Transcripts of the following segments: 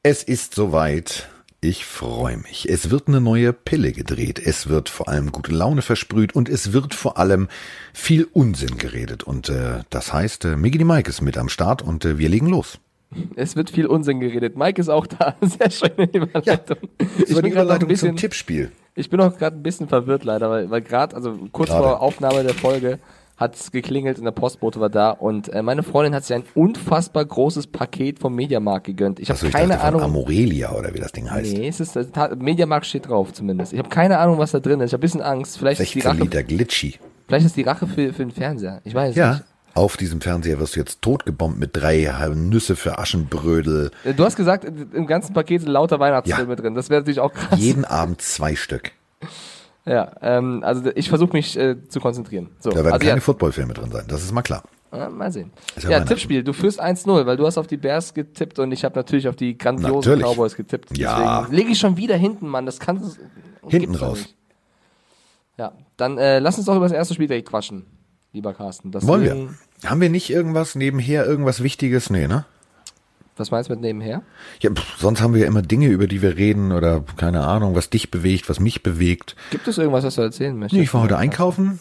Es ist soweit. Ich freue mich. Es wird eine neue Pille gedreht. Es wird vor allem gute Laune versprüht und es wird vor allem viel Unsinn geredet. Und das heißt, Miggy die Mike ist mit am Start und wir legen los. Es wird viel Unsinn geredet. Mike ist auch da. Sehr schöne Überleitung. Ja, das war die Überleitung zum Tippspiel. Ich bin auch gerade ein bisschen verwirrt leider, weil gerade, also kurz vor Aufnahme der Folge, hat es geklingelt und der Postbote war da und meine Freundin hat sich ein unfassbar großes Paket vom Mediamarkt gegönnt. Ich habe keine Ahnung. Amorelia oder wie das Ding heißt. Nee, es ist Mediamarkt steht drauf zumindest. Ich habe keine Ahnung, was da drin ist. Ich habe ein bisschen Angst. Vielleicht 16 ist die Rache, Liter Glitchy. Vielleicht ist die Rache für den Fernseher. Ich weiß nicht. Auf diesem Fernseher wirst du jetzt totgebombt mit 3 Nüsse für Aschenbrödel. Du hast gesagt, im ganzen Paket sind lauter Weihnachtsfilme drin. Das wäre natürlich auch krass. Jeden Abend 2 Stück. Ja, also ich versuche mich zu konzentrieren. So, da werden keine Footballfilme drin sein, das ist mal klar. Mal sehen. Ja, Tippspiel, du führst 1-0, weil du hast auf die Bears getippt und ich habe natürlich auf die grandiosen Cowboys getippt. Ja. Deswegen lege ich schon wieder hinten, Mann. Das kann hinten raus. Nicht. Ja, dann lass uns doch über das erste Spiel direkt quatschen, lieber Carsten. Wollen wir? Haben wir nicht irgendwas nebenher, irgendwas Wichtiges? Nee, ne? Was meinst du mit nebenher? Ja, sonst haben wir ja immer Dinge, über die wir reden oder keine Ahnung, was dich bewegt, was mich bewegt. Gibt es irgendwas, was du erzählen möchtest? Nee, ich war heute einkaufen.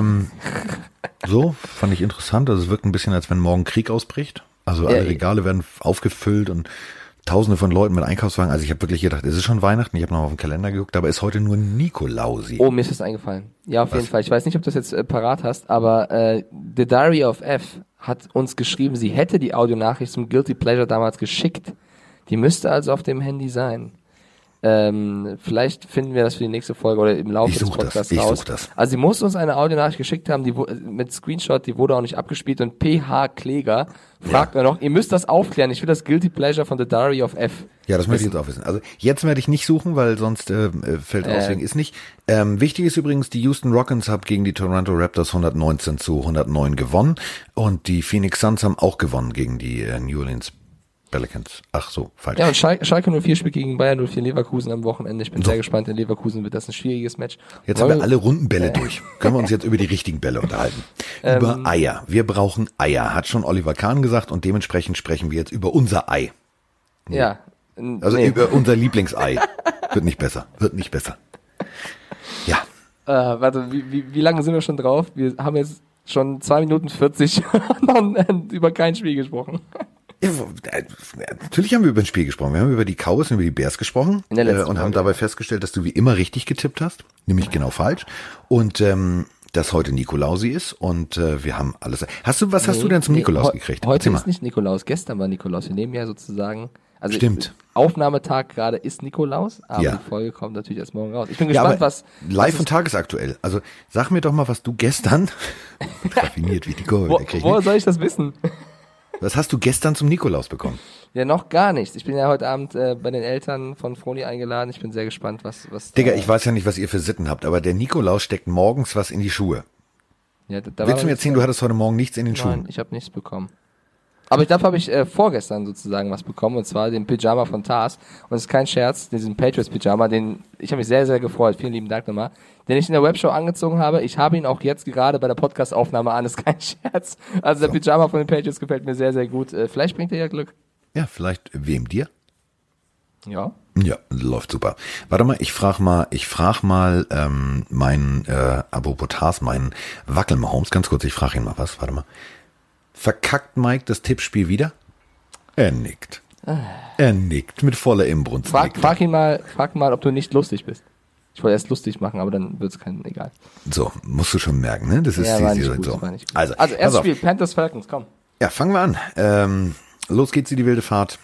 So, fand ich interessant. Also es wirkt ein bisschen, als wenn morgen Krieg ausbricht. Also alle Regale werden aufgefüllt und Tausende von Leuten mit Einkaufswagen. Also ich habe wirklich gedacht, es ist schon Weihnachten. Ich habe noch auf den Kalender geguckt, aber ist heute nur Nikolausi. Oh, mir ist das eingefallen. Ja, auf jeden Fall. Ich weiß nicht, ob du das jetzt parat hast, aber The Diary of F hat uns geschrieben, sie hätte die Audionachricht zum Guilty Pleasure damals geschickt. Die müsste also auf dem Handy sein. Vielleicht finden wir das für die nächste Folge oder im Laufe des Podcasts raus. Such das. Also sie muss uns eine Audionachricht geschickt haben, die mit Screenshot, die wurde auch nicht abgespielt und PH Kläger fragt mir noch, ihr müsst das aufklären, ich will das Guilty Pleasure von The Diary of F. Ja, das möchte ich jetzt auch wissen. Also jetzt werde ich nicht suchen, weil sonst fällt aus, wegen ist nicht. Wichtig ist übrigens, die Houston Rockets haben gegen die Toronto Raptors 119-109 gewonnen und die Phoenix Suns haben auch gewonnen gegen die New Orleans Pelicans. Ach so, falsch. Ja, und Schalke 04 spielt gegen Bayern 04 Leverkusen am Wochenende. Ich bin sehr gespannt. In Leverkusen wird das ein schwieriges Match. Jetzt haben wir alle runden Bälle durch. Können wir uns jetzt über die richtigen Bälle unterhalten? Über Eier. Wir brauchen Eier, hat schon Oliver Kahn gesagt und dementsprechend sprechen wir jetzt über unser Ei. Nee. Ja. Also über unser Lieblingsei. Wird nicht besser. Ja. Warte, wie lange sind wir schon drauf? Wir haben jetzt schon 2 Minuten 40 noch über kein Spiel gesprochen. Ja, natürlich haben wir über ein Spiel gesprochen. Wir haben über die Cowboys und über die Bears gesprochen und haben dabei festgestellt, dass du wie immer richtig getippt hast, nämlich genau falsch. Und dass heute Nikolausi ist und wir haben alles. Hast du denn zum Nikolaus gekriegt? Heute ist nicht Nikolaus, gestern war Nikolaus. Wir nehmen ja sozusagen, also stimmt. Aufnahmetag gerade ist Nikolaus, aber die Folge kommt natürlich erst morgen raus. Ich bin gespannt, was live und tagesaktuell. Also sag mir doch mal, was du gestern raffiniert wie die Kurve. Woher soll ich das wissen? Was hast du gestern zum Nikolaus bekommen? Ja, noch gar nichts. Ich bin ja heute Abend bei den Eltern von Froni eingeladen. Ich bin sehr gespannt, was Digga, ich weiß ja nicht, was ihr für Sitten habt, aber der Nikolaus steckt morgens was in die Schuhe. Ja, Willst du mir erzählen, du hattest heute Morgen nichts in den Schuhen? Nein, ich habe nichts bekommen. Aber dafür habe ich vorgestern sozusagen was bekommen, und zwar den Pyjama von Tars. Und es ist kein Scherz, diesen Patriots-Pyjama, ich habe mich sehr, sehr gefreut, vielen lieben Dank nochmal, den ich in der Webshow angezogen habe. Ich habe ihn auch jetzt gerade bei der Podcast-Aufnahme an, ist kein Scherz. Also der Pyjama von den Patriots gefällt mir sehr, sehr gut. Vielleicht bringt er ja Glück. Ja, vielleicht wem dir? Ja. Ja, läuft super. Warte mal, ich frag mal meinen apropos Tars, meinen Wackelmahomes, ganz kurz, ich frage ihn mal was, warte mal. Verkackt Mike das Tippspiel wieder? Er nickt. Er nickt mit voller Inbrunst. Frag ihn mal, ob du nicht lustig bist. Ich wollte erst lustig machen, aber dann wird's kein egal. So, musst du schon merken, ne? Das ist so. Also erstes Spiel, Panthers Falcons, komm. Ja, fangen wir an. Los geht's in die wilde Fahrt.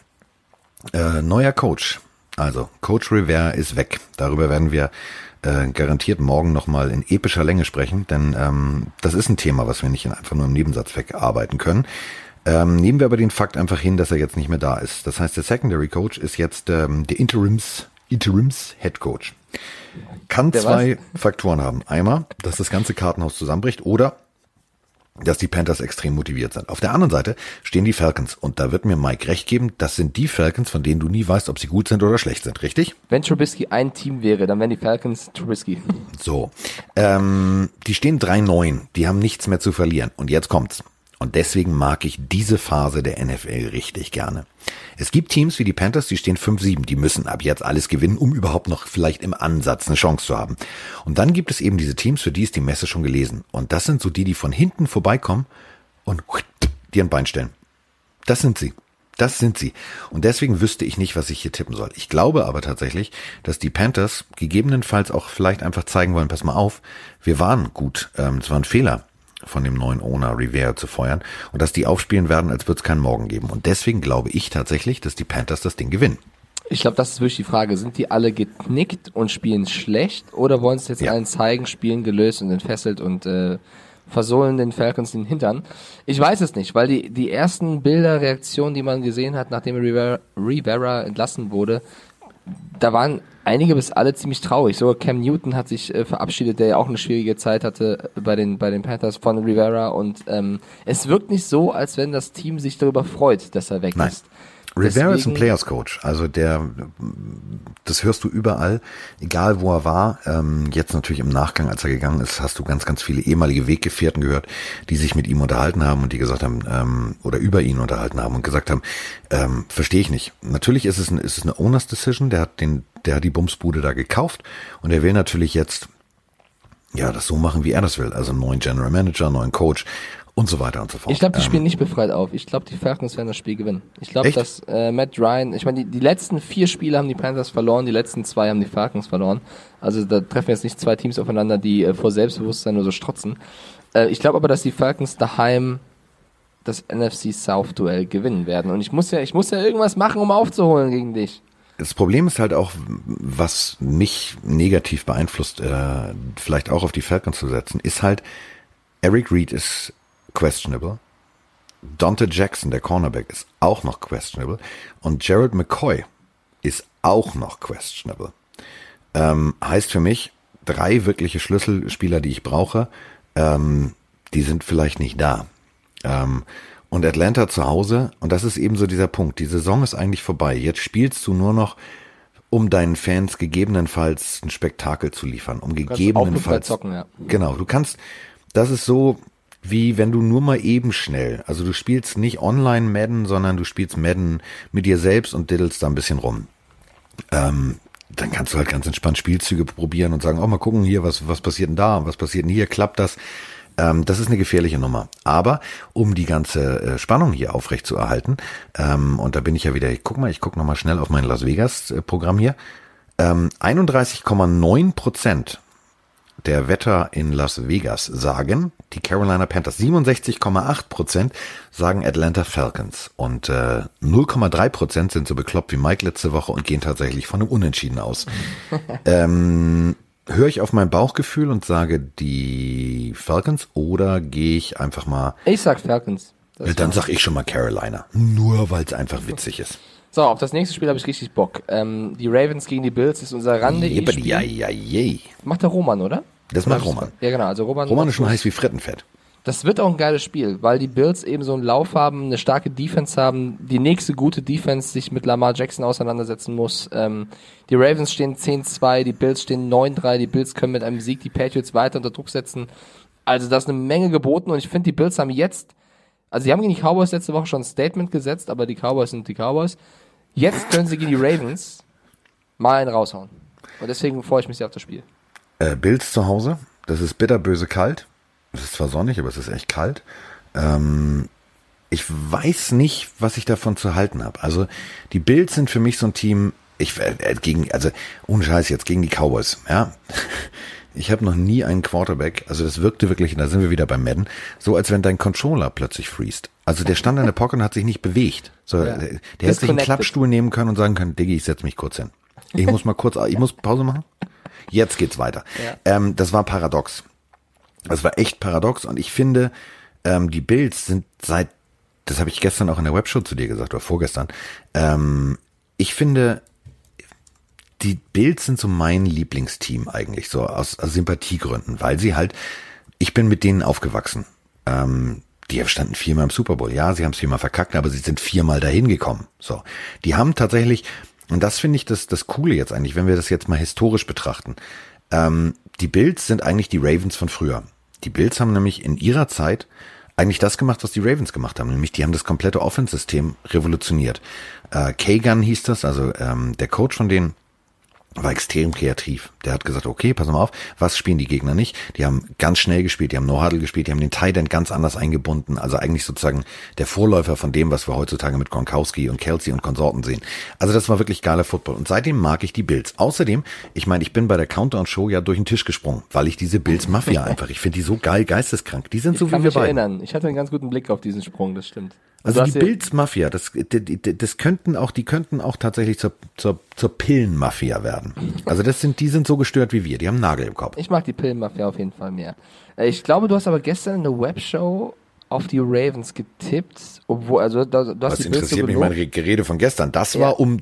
Neuer Coach. Also, Coach Rivera ist weg. Darüber werden wir garantiert morgen nochmal in epischer Länge sprechen, denn das ist ein Thema, was wir nicht einfach nur im Nebensatz wegarbeiten können. Nehmen wir aber den Fakt einfach hin, dass er jetzt nicht mehr da ist. Das heißt, der Secondary Coach ist jetzt der Interims Head Coach. Kann zwei Faktoren haben. Einmal, dass das ganze Kartenhaus zusammenbricht oder dass die Panthers extrem motiviert sind. Auf der anderen Seite stehen die Falcons und da wird mir Mike recht geben, das sind die Falcons, von denen du nie weißt, ob sie gut sind oder schlecht sind, richtig? Wenn Trubisky ein Team wäre, dann wären die Falcons Trubisky. So, die stehen 3-9, die haben nichts mehr zu verlieren und jetzt kommt's. Und deswegen mag ich diese Phase der NFL richtig gerne. Es gibt Teams wie die Panthers, die stehen 5-7, die müssen ab jetzt alles gewinnen, um überhaupt noch vielleicht im Ansatz eine Chance zu haben. Und dann gibt es eben diese Teams, für die ist die Messe schon gelesen. Und das sind so die von hinten vorbeikommen und dir ein Bein stellen. Das sind sie. Das sind sie. Und deswegen wüsste ich nicht, was ich hier tippen soll. Ich glaube aber tatsächlich, dass die Panthers gegebenenfalls auch vielleicht einfach zeigen wollen, pass mal auf, wir waren gut. Es war ein Fehler von dem neuen Owner Rivera zu feuern und dass die aufspielen werden, als würde es keinen Morgen geben. Und deswegen glaube ich tatsächlich, dass die Panthers das Ding gewinnen. Ich glaube, das ist wirklich die Frage. Sind die alle geknickt und spielen schlecht oder wollen es jetzt allen zeigen, spielen gelöst und entfesselt und versohlen den Falcons den Hintern? Ich weiß es nicht, weil die ersten Bilder, Reaktionen, die man gesehen hat, nachdem Rivera entlassen wurde, da waren einige bis alle ziemlich traurig. Sogar Cam Newton hat sich verabschiedet, der ja auch eine schwierige Zeit hatte bei den Panthers von Rivera. Und es wirkt nicht so, als wenn das Team sich darüber freut, dass er weg ist. Rivera ist ein Players Coach, also das hörst du überall, egal wo er war. Jetzt natürlich im Nachgang, als er gegangen ist, hast du ganz, ganz viele ehemalige Weggefährten gehört, die sich mit ihm unterhalten haben und die gesagt haben, oder über ihn unterhalten haben und gesagt haben, verstehe ich nicht. Natürlich ist es eine Owners Decision, der hat die Bumsbude da gekauft und er will natürlich jetzt das so machen, wie er das will. Also einen neuen General Manager, einen neuen Coach und so weiter und so fort. Ich glaube, die spielen nicht befreit auf. Ich glaube, die Falcons werden das Spiel gewinnen. Ich glaube, dass Matt Ryan, ich meine, die letzten 4 Spiele haben die Panthers verloren, die letzten 2 haben die Falcons verloren. Also da treffen jetzt nicht 2 Teams aufeinander, die vor Selbstbewusstsein nur so strotzen. Ich glaube aber, dass die Falcons daheim das NFC South Duell gewinnen werden. Und ich muss ja irgendwas machen, um aufzuholen gegen dich. Das Problem ist halt auch, was mich negativ beeinflusst, vielleicht auch auf die Falcons zu setzen, ist halt, Eric Reid ist questionable. Dante Jackson, der Cornerback, ist auch noch questionable. Und Gerald McCoy ist auch noch questionable. Heißt für mich, 3 wirkliche Schlüsselspieler, die ich brauche, die sind vielleicht nicht da. Und Atlanta zu Hause, und das ist eben so dieser Punkt, die Saison ist eigentlich vorbei. Jetzt spielst du nur noch, um deinen Fans gegebenenfalls ein Spektakel zu liefern. Um gegebenenfalls zocken, ja. Genau, das ist so, wie wenn du nur mal eben schnell, also du spielst nicht online Madden, sondern du spielst Madden mit dir selbst und diddelst da ein bisschen rum. Dann kannst du halt ganz entspannt Spielzüge probieren und sagen, mal gucken hier, was passiert denn da, was passiert denn hier, klappt das? Das ist eine gefährliche Nummer. Aber um die ganze Spannung hier aufrecht zu erhalten, und da bin ich ja wieder, ich guck noch mal schnell auf mein Las Vegas Programm hier, 31,9% der Wetter in Las Vegas sagen die Carolina Panthers, 67,8% sagen Atlanta Falcons und 0,3% sind so bekloppt wie Mike letzte Woche und gehen tatsächlich von einem Unentschieden aus. Höre ich auf mein Bauchgefühl und sage die Falcons oder gehe ich einfach mal... Ich sag Falcons. Dann sag ich schon mal Carolina, nur weil es einfach witzig ist. So, auf das nächste Spiel habe ich richtig Bock. Die Ravens gegen die Bills ist unser Rande-Spiel. Macht der Roman, oder? Das macht Roman. Ja, genau. Also Roman ist schon heiß wie Frittenfett. Das wird auch ein geiles Spiel, weil die Bills eben so einen Lauf haben, eine starke Defense haben, die nächste gute Defense sich mit Lamar Jackson auseinandersetzen muss. Die Ravens stehen 10-2, die Bills stehen 9-3, die Bills können mit einem Sieg die Patriots weiter unter Druck setzen. Also da ist eine Menge geboten und ich finde, die Bills haben jetzt, also sie haben gegen die Cowboys letzte Woche schon ein Statement gesetzt, aber die Cowboys sind die Cowboys. Jetzt können sie gegen die Ravens mal einen raushauen. Und deswegen freue ich mich sehr auf das Spiel. Bills zu Hause, das ist bitterböse kalt. Es ist zwar sonnig, aber es ist echt kalt. Ich weiß nicht, was ich davon zu halten habe. Also die Bills sind für mich so ein Team, ohne Scheiß jetzt, gegen die Cowboys, ja. Ich habe noch nie einen Quarterback, also das wirkte wirklich, da sind wir wieder beim Madden, so als wenn dein Controller plötzlich freest. Also der stand in der Pocket und hat sich nicht bewegt. So, ja. Der hätte sich einen Klappstuhl nehmen können und sagen können, Diggi, ich setze mich kurz hin. Ich muss Pause machen. Jetzt geht's weiter. Ja. Das war paradox. Das war echt paradox und ich finde, die Bills sind das habe ich gestern auch in der Webshow zu dir gesagt oder vorgestern, ich finde, die Bills sind so mein Lieblingsteam eigentlich, so aus Sympathiegründen, weil sie halt, ich bin mit denen aufgewachsen. Die standen 4-mal im Super Bowl. Ja, sie haben es 4-mal verkackt, aber sie sind 4-mal dahin gekommen. So, die haben tatsächlich, und das finde ich das Coole jetzt eigentlich, wenn wir das jetzt mal historisch betrachten. Die Bills sind eigentlich die Ravens von früher. Die Bills haben nämlich in ihrer Zeit eigentlich das gemacht, was die Ravens gemacht haben. Nämlich die haben das komplette Offense-System revolutioniert. Kagan hieß das, also der Coach von denen, war extrem kreativ. Der hat gesagt, okay, pass mal auf, was spielen die Gegner nicht? Die haben ganz schnell gespielt, die haben No-Huddle gespielt, die haben den Tight End ganz anders eingebunden. Also eigentlich sozusagen der Vorläufer von dem, was wir heutzutage mit Gronkowski und Kelsey und Konsorten sehen. Also das war wirklich geiler Football. Und seitdem mag ich die Bills. Außerdem, ich meine, ich bin bei der Countdown-Show ja durch den Tisch gesprungen, weil ich diese Bills-Mafia einfach, ich finde die so geil, geisteskrank. Die sind so wie wir beide. Ich kann mich erinnern. Ich hatte einen ganz guten Blick auf diesen Sprung, das stimmt. Also die Bills-Mafia, die könnten auch tatsächlich zur Pillen-Mafia werden. Also die sind so gestört wie wir, die haben einen Nagel im Kopf. Ich mag die Pillen-Mafia auf jeden Fall mehr. Ich glaube, du hast aber gestern in der Webshow auf die Ravens getippt, obwohl, also du hast was interessiert mich mein Gerede von gestern? Moment.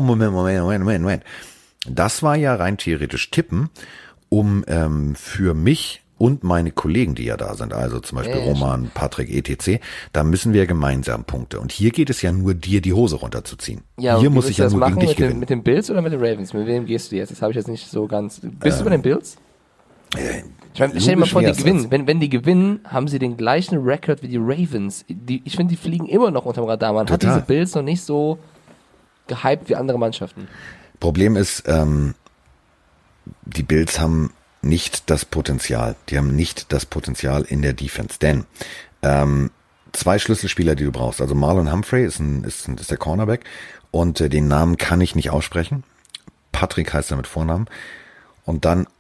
Das war ja rein theoretisch Tippen, um für mich und meine Kollegen, die ja da sind, also zum Beispiel Roman, Patrick, etc., da müssen wir gemeinsam Punkte. Und hier geht es ja nur dir, die Hose runterzuziehen. Ja, hier muss ich ja nur gegen dich gewinnen. Mit den Bills oder mit den Ravens? Mit wem gehst du jetzt? Das habe ich jetzt nicht so ganz... Bist du bei den Bills? Stell dir mal vor, die gewinnen. Wenn die gewinnen, haben sie den gleichen Rekord wie die Ravens. Ich finde, die fliegen immer noch unterm Radar. Man hat diese Bills noch nicht so gehypt wie andere Mannschaften. Problem ist, die Bills haben nicht das Potenzial. Die haben nicht das Potenzial in der Defense. Denn 2 Schlüsselspieler, die du brauchst. Also Marlon Humphrey ist der Cornerback und den Namen kann ich nicht aussprechen. Patrick heißt er mit Vornamen. Und dann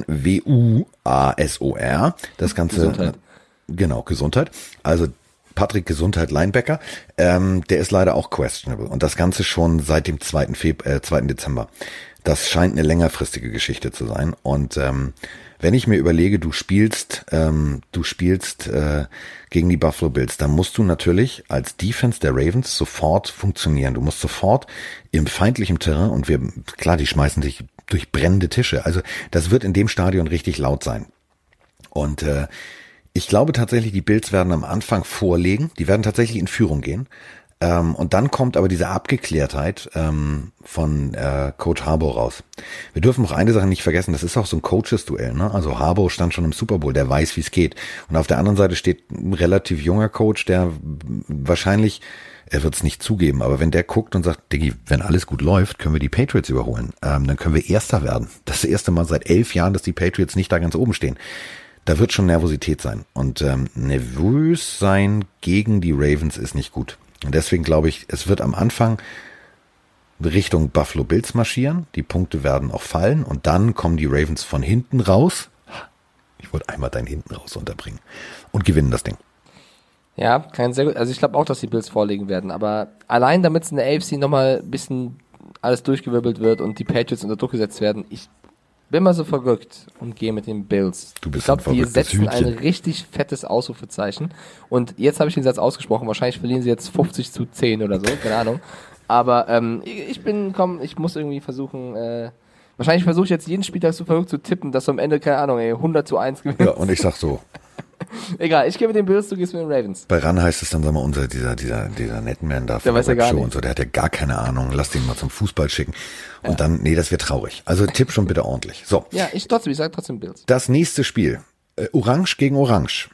Onwuasor. Das Ganze. Gesundheit. Genau, Gesundheit. Also Patrick Gesundheit Linebacker. Der ist leider auch questionable. Und das Ganze schon seit dem 2. Dezember. Das scheint eine längerfristige Geschichte zu sein. Und wenn ich mir überlege, du spielst gegen die Buffalo Bills, dann musst du natürlich als Defense der Ravens sofort funktionieren. Du musst sofort im feindlichen Terrain und die schmeißen dich durch brennende Tische. Also das wird in dem Stadion richtig laut sein. Und ich glaube tatsächlich, die Bills werden am Anfang vorlegen. Die werden tatsächlich in Führung gehen. Und dann kommt aber diese Abgeklärtheit von Coach Harbaugh raus. Wir dürfen noch eine Sache nicht vergessen, das ist auch so ein Coaches-Duell. Ne? Also Harbaugh stand schon im Super Bowl, der weiß, wie es geht. Und auf der anderen Seite steht ein relativ junger Coach, der wahrscheinlich, er wird es nicht zugeben, aber wenn der guckt und sagt, Diggi, wenn alles gut läuft, können wir die Patriots überholen. Dann können wir Erster werden. Das erste Mal seit 11 Jahren, dass die Patriots nicht da ganz oben stehen. Da wird schon Nervosität sein. Und nervös sein gegen die Ravens ist nicht gut. Und deswegen glaube ich, es wird am Anfang Richtung Buffalo Bills marschieren. Die Punkte werden auch fallen. Und dann kommen die Ravens von hinten raus. Ich wollte einmal dein hinten raus unterbringen. Und gewinnen das Ding. Ja, sehr gut. Also ich glaube auch, dass die Bills vorlegen werden. Aber allein damit es in der AFC nochmal ein bisschen alles durchgewirbelt wird und die Patriots unter Druck gesetzt werden, ich bin mal so verrückt und gehe mit den Bills. Ich glaube, die setzen ein richtig fettes Ausrufezeichen. Und jetzt habe ich den Satz ausgesprochen. Wahrscheinlich verlieren sie jetzt 50-10 oder so, keine Ahnung. Aber ich muss irgendwie versuchen, wahrscheinlich versuche ich jetzt jeden Spieltag so verrückt zu tippen, dass du am Ende, keine Ahnung, 100-1 gewinnst. Ja, und ich sag so. Egal, ich gehe mit den Bills, du gehst mit den Ravens. Bei Ran heißt es dann, sag mal, dieser Netman da von der Webshow und so, der hat ja gar keine Ahnung, lass den mal zum Fußball schicken. Und dann, das wird traurig. Also tipp schon bitte ordentlich. So. Ja, ich sage trotzdem Bills. Das nächste Spiel. Orange gegen Orange.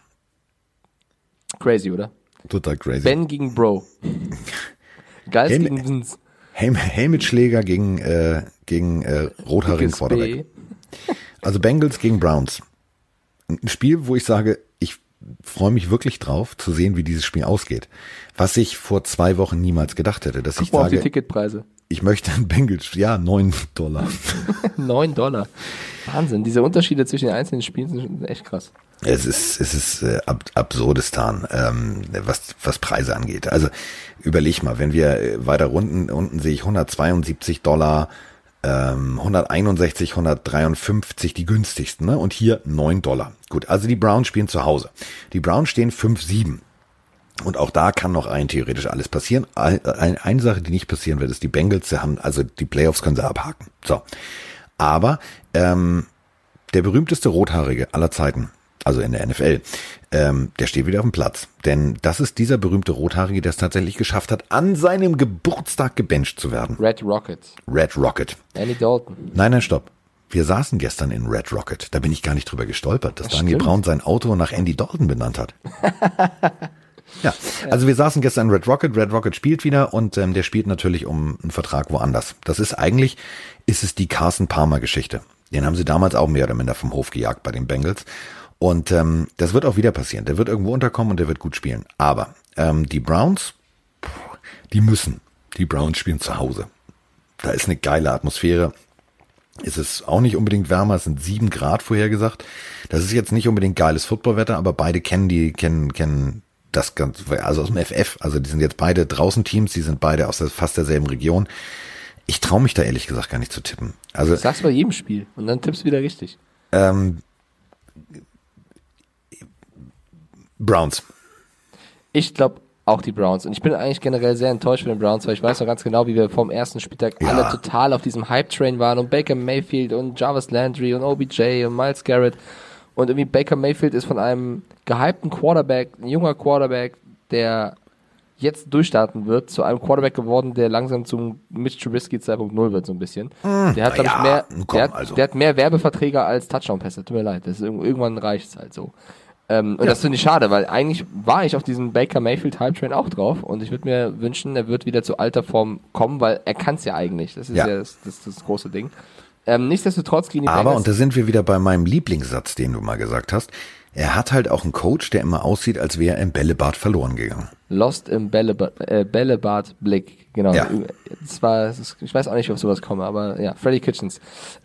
Crazy, oder? Total crazy. Ben gegen Bro. Geist gegen Vince. Helmetschläger gegen rothaarigen Quarterback. Also Bengals gegen Browns. Ein Spiel, wo ich sage, ich freue mich wirklich drauf, zu sehen, wie dieses Spiel ausgeht. Was ich vor 2 Wochen niemals gedacht hätte, dass ich sage, auf die Ticketpreise. Ich möchte ein Bengals, $9. $9. Wahnsinn, diese Unterschiede zwischen den einzelnen Spielen sind echt krass. Es ist Absurdistan, was Preise angeht. Also überleg mal, wenn wir weiter unten sehe ich $172, 161, 153 die günstigsten, ne? Und hier $9. Gut, also die Browns spielen zu Hause. Die Browns stehen 5-7. Und auch da kann noch rein theoretisch alles passieren. Eine Sache, die nicht passieren wird, ist, die Bengals, also die Playoffs können sie abhaken. So. Aber der berühmteste Rothaarige aller Zeiten, also in der NFL, der steht wieder auf dem Platz. Denn das ist dieser berühmte Rothaarige, der es tatsächlich geschafft hat, an seinem Geburtstag gebencht zu werden. Red Rocket. Red Rocket. Andy Dalton. Nein, stopp. wir saßen gestern in Red Rocket. Da bin ich gar nicht drüber gestolpert, dass Daniel stimmt. Brown sein Auto nach Andy Dalton benannt hat. Ja, also wir saßen gestern in Red Rocket. Red Rocket spielt wieder und der spielt natürlich um einen Vertrag woanders. Ist es die Carson Palmer Geschichte. Den haben sie damals auch mehr oder minder vom Hof gejagt bei den Bengals. Und das wird auch wieder passieren. Der wird irgendwo unterkommen und der wird gut spielen. Aber die Browns, die Browns spielen zu Hause. Da ist eine geile Atmosphäre. Es ist auch nicht unbedingt wärmer, es sind 7 Grad vorhergesagt. Das ist jetzt nicht unbedingt geiles Footballwetter, aber beide kennen das Ganze, also aus dem FF. Also die sind jetzt beide draußen Teams, die sind beide aus fast derselben Region. Ich traue mich da ehrlich gesagt gar nicht zu tippen. Also Sag's bei jedem Spiel und dann tippst du wieder richtig. Browns. Ich glaube auch die Browns. Und ich bin eigentlich generell sehr enttäuscht von den Browns, weil ich weiß noch ganz genau, wie wir vom ersten Spieltag alle total auf diesem Hype-Train waren und Baker Mayfield und Jarvis Landry und OBJ und Myles Garrett. Und irgendwie Baker Mayfield ist von einem gehypten Quarterback, ein junger Quarterback, der jetzt durchstarten wird, zu einem Quarterback geworden, der langsam zum Mitch Trubisky 2.0 wird, so ein bisschen. Der hat, der hat mehr Werbeverträge als Touchdown-Pässe. Tut mir leid, irgendwann reicht es halt so. Und das finde ich schade, weil eigentlich war ich auf diesen Baker Mayfield Hype Train auch drauf und ich würde mir wünschen, er wird wieder zu alter Form kommen, weil er kann es ja eigentlich. Das ist ja das große Ding. Nichtsdestotrotz gegen die Bengals. Aber, und da sind wir wieder bei meinem Lieblingssatz, den du mal gesagt hast, er hat halt auch einen Coach, der immer aussieht, als wäre er im Bällebad verloren gegangen. Lost im Bällebad-Blick, genau. Ja. Ich weiß auch nicht, ob sowas komme, aber ja, Freddy Kitchens.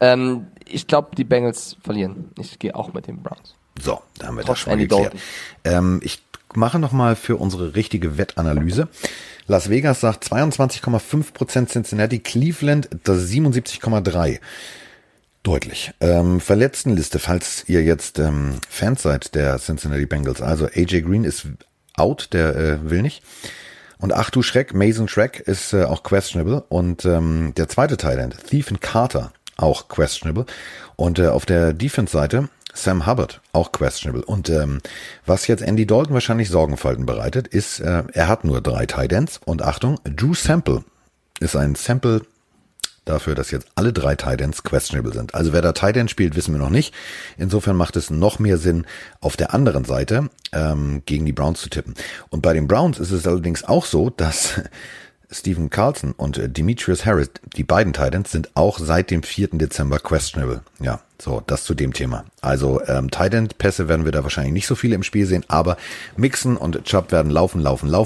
Ich glaube, die Bengals verlieren. Ich gehe auch mit den Browns. So, da haben wir Trotz das schon Andy geklärt. Ich mache nochmal für unsere richtige Wettanalyse. Las Vegas sagt 22,5% Cincinnati, Cleveland das 77,3%. Deutlich. Verletztenliste, falls ihr jetzt Fans seid der Cincinnati Bengals. Also AJ Green ist out, der will nicht. Und ach du Schreck, Mason Schreck ist auch questionable. Und der zweite Tight End, Thielen Carter, auch questionable. Und auf der Defense-Seite Sam Hubbard, auch questionable. Und was jetzt Andy Dalton wahrscheinlich Sorgenfalten bereitet, ist, er hat nur 3 Tight Ends. Und Achtung, Drew Sample ist ein Sample dafür, dass jetzt alle 3 Tight Ends questionable sind. Also wer da Tight End spielt, wissen wir noch nicht. Insofern macht es noch mehr Sinn, auf der anderen Seite gegen die Browns zu tippen. Und bei den Browns ist es allerdings auch so, dass Stephen Carlson und Demetrius Harris, die beiden Tight Ends, sind auch seit dem 4. Dezember questionable. Ja, so, das zu dem Thema. Also Tight End Pässe werden wir da wahrscheinlich nicht so viele im Spiel sehen, aber Mixon und Chubb werden laufen.